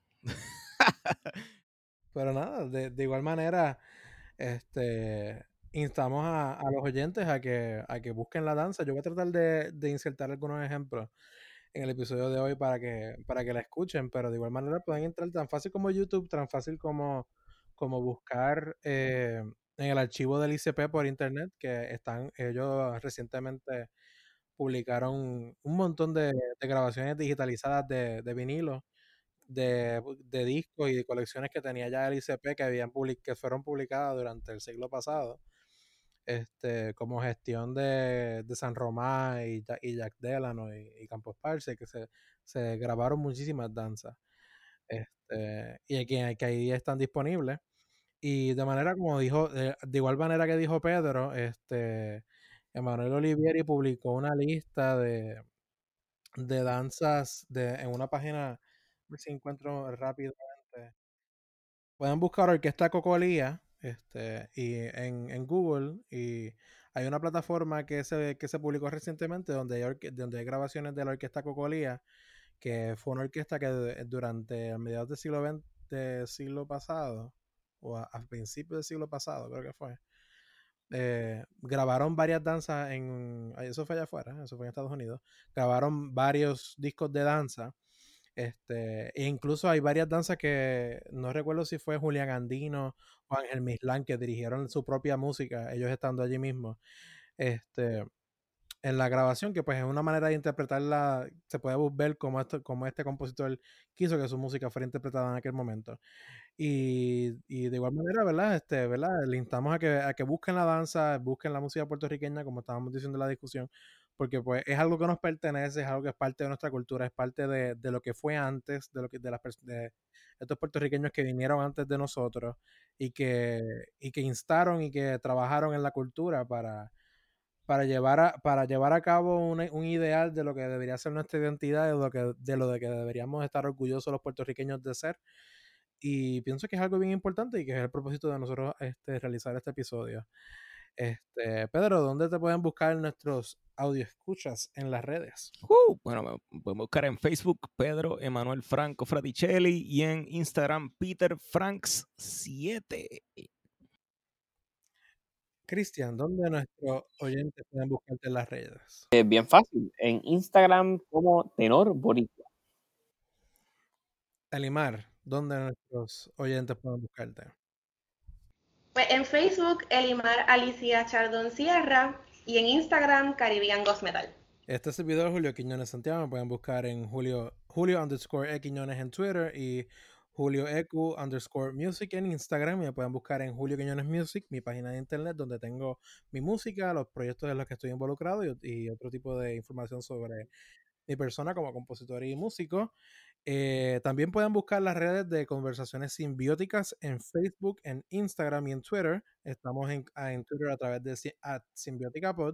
Pero nada, de igual manera, instamos a los oyentes a que busquen la danza. Yo voy a tratar de insertar algunos ejemplos en el episodio de hoy para que la escuchen, pero de igual manera pueden entrar tan fácil como YouTube, tan fácil como buscar en el archivo del ICP por internet, que ellos recientemente publicaron un montón de grabaciones digitalizadas de vinilo, de discos y de colecciones que tenía ya el ICP que fueron publicadas durante el siglo pasado, como gestión de San Román y Jack Delano y Campos Parse, que se grabaron muchísimas danzas. Y que ahí están disponibles. Y de manera como dijo, de igual manera que dijo Pedro, Emanuel Olivieri publicó una lista de danzas en una página, a ver si encuentro rápidamente. Pueden buscar Orquesta Cocolía en Google, y hay una plataforma que se publicó recientemente donde hay grabaciones de la Orquesta Cocolía, que fue una orquesta que durante a mediados del siglo pasado, o a principios del siglo pasado, creo que fue, grabaron varias danzas eso fue allá afuera, eso fue en Estados Unidos, grabaron varios discos de danza, e incluso hay varias danzas que no recuerdo si fue Julián Andino o Ángel Mislán que dirigieron su propia música, ellos estando allí mismo, este, en la grabación, que pues es una manera de interpretarla, se puede ver cómo este compositor quiso que su música fuera interpretada en aquel momento. Y de igual manera, ¿verdad? ¿Verdad? Le instamos a que busquen la danza, busquen la música puertorriqueña, como estábamos diciendo en la discusión, porque pues es algo que nos pertenece, es algo que es parte de nuestra cultura, es parte de lo que fue antes, de estos puertorriqueños que vinieron antes de nosotros y que instaron y que trabajaron en la cultura para llevar a cabo un ideal de lo que debería ser nuestra identidad, de lo de que deberíamos estar orgullosos los puertorriqueños de ser. Y pienso que es algo bien importante y que es el propósito de nosotros realizar este episodio. Pedro, ¿dónde te pueden buscar nuestros audio escuchas en las redes? Bueno, me pueden buscar en Facebook Pedro Emanuel Franco Fraticelli y en Instagram Peter Franks 7. Cristian, ¿dónde nuestros oyentes pueden buscarte en las redes? Es bien fácil. En Instagram como Tenor Boricua. Elimar, ¿dónde nuestros oyentes pueden buscarte? Pues en Facebook, Elimar Alicia Chardón Sierra y en Instagram, Caribbean Ghost Metal. Este es el video de Julio Quiñones Santiago. Me pueden buscar en Julio_E Quiñones en Twitter y Julio_Music en Instagram. Y me pueden buscar en Julio Quiñones Music, mi página de internet, donde tengo mi música, los proyectos en los que estoy involucrado y otro tipo de información sobre mi persona como compositor y músico. También pueden buscar las redes de Conversaciones Simbióticas en Facebook, en Instagram y en Twitter. Estamos en Twitter a través de @SimbióticaPod.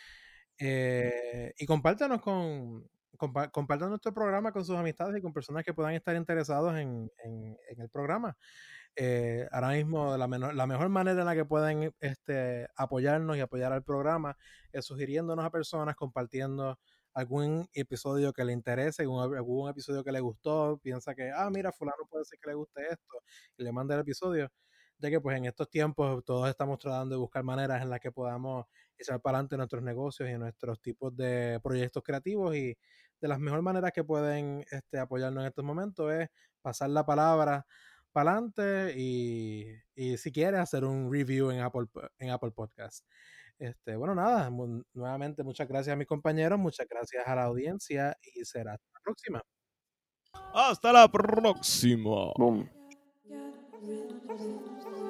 Y compártanos compartan nuestro programa con sus amistades y con personas que puedan estar interesados en el programa. Ahora mismo la mejor manera en la que pueden apoyarnos y apoyar al programa es sugiriéndonos a personas, compartiendo algún episodio que le interese, algún episodio que le gustó, piensa que, mira, fulano puede ser que le guste esto, y le manda el episodio, ya que pues en estos tiempos todos estamos tratando de buscar maneras en las que podamos echar para adelante nuestros negocios y nuestros tipos de proyectos creativos, y de las mejores maneras que pueden apoyarnos en estos momentos es pasar la palabra para adelante y si quieres hacer un review en Apple Podcast. Bueno, nada, nuevamente muchas gracias a mis compañeros, muchas gracias a la audiencia y será hasta la próxima. Hasta la próxima. Boom.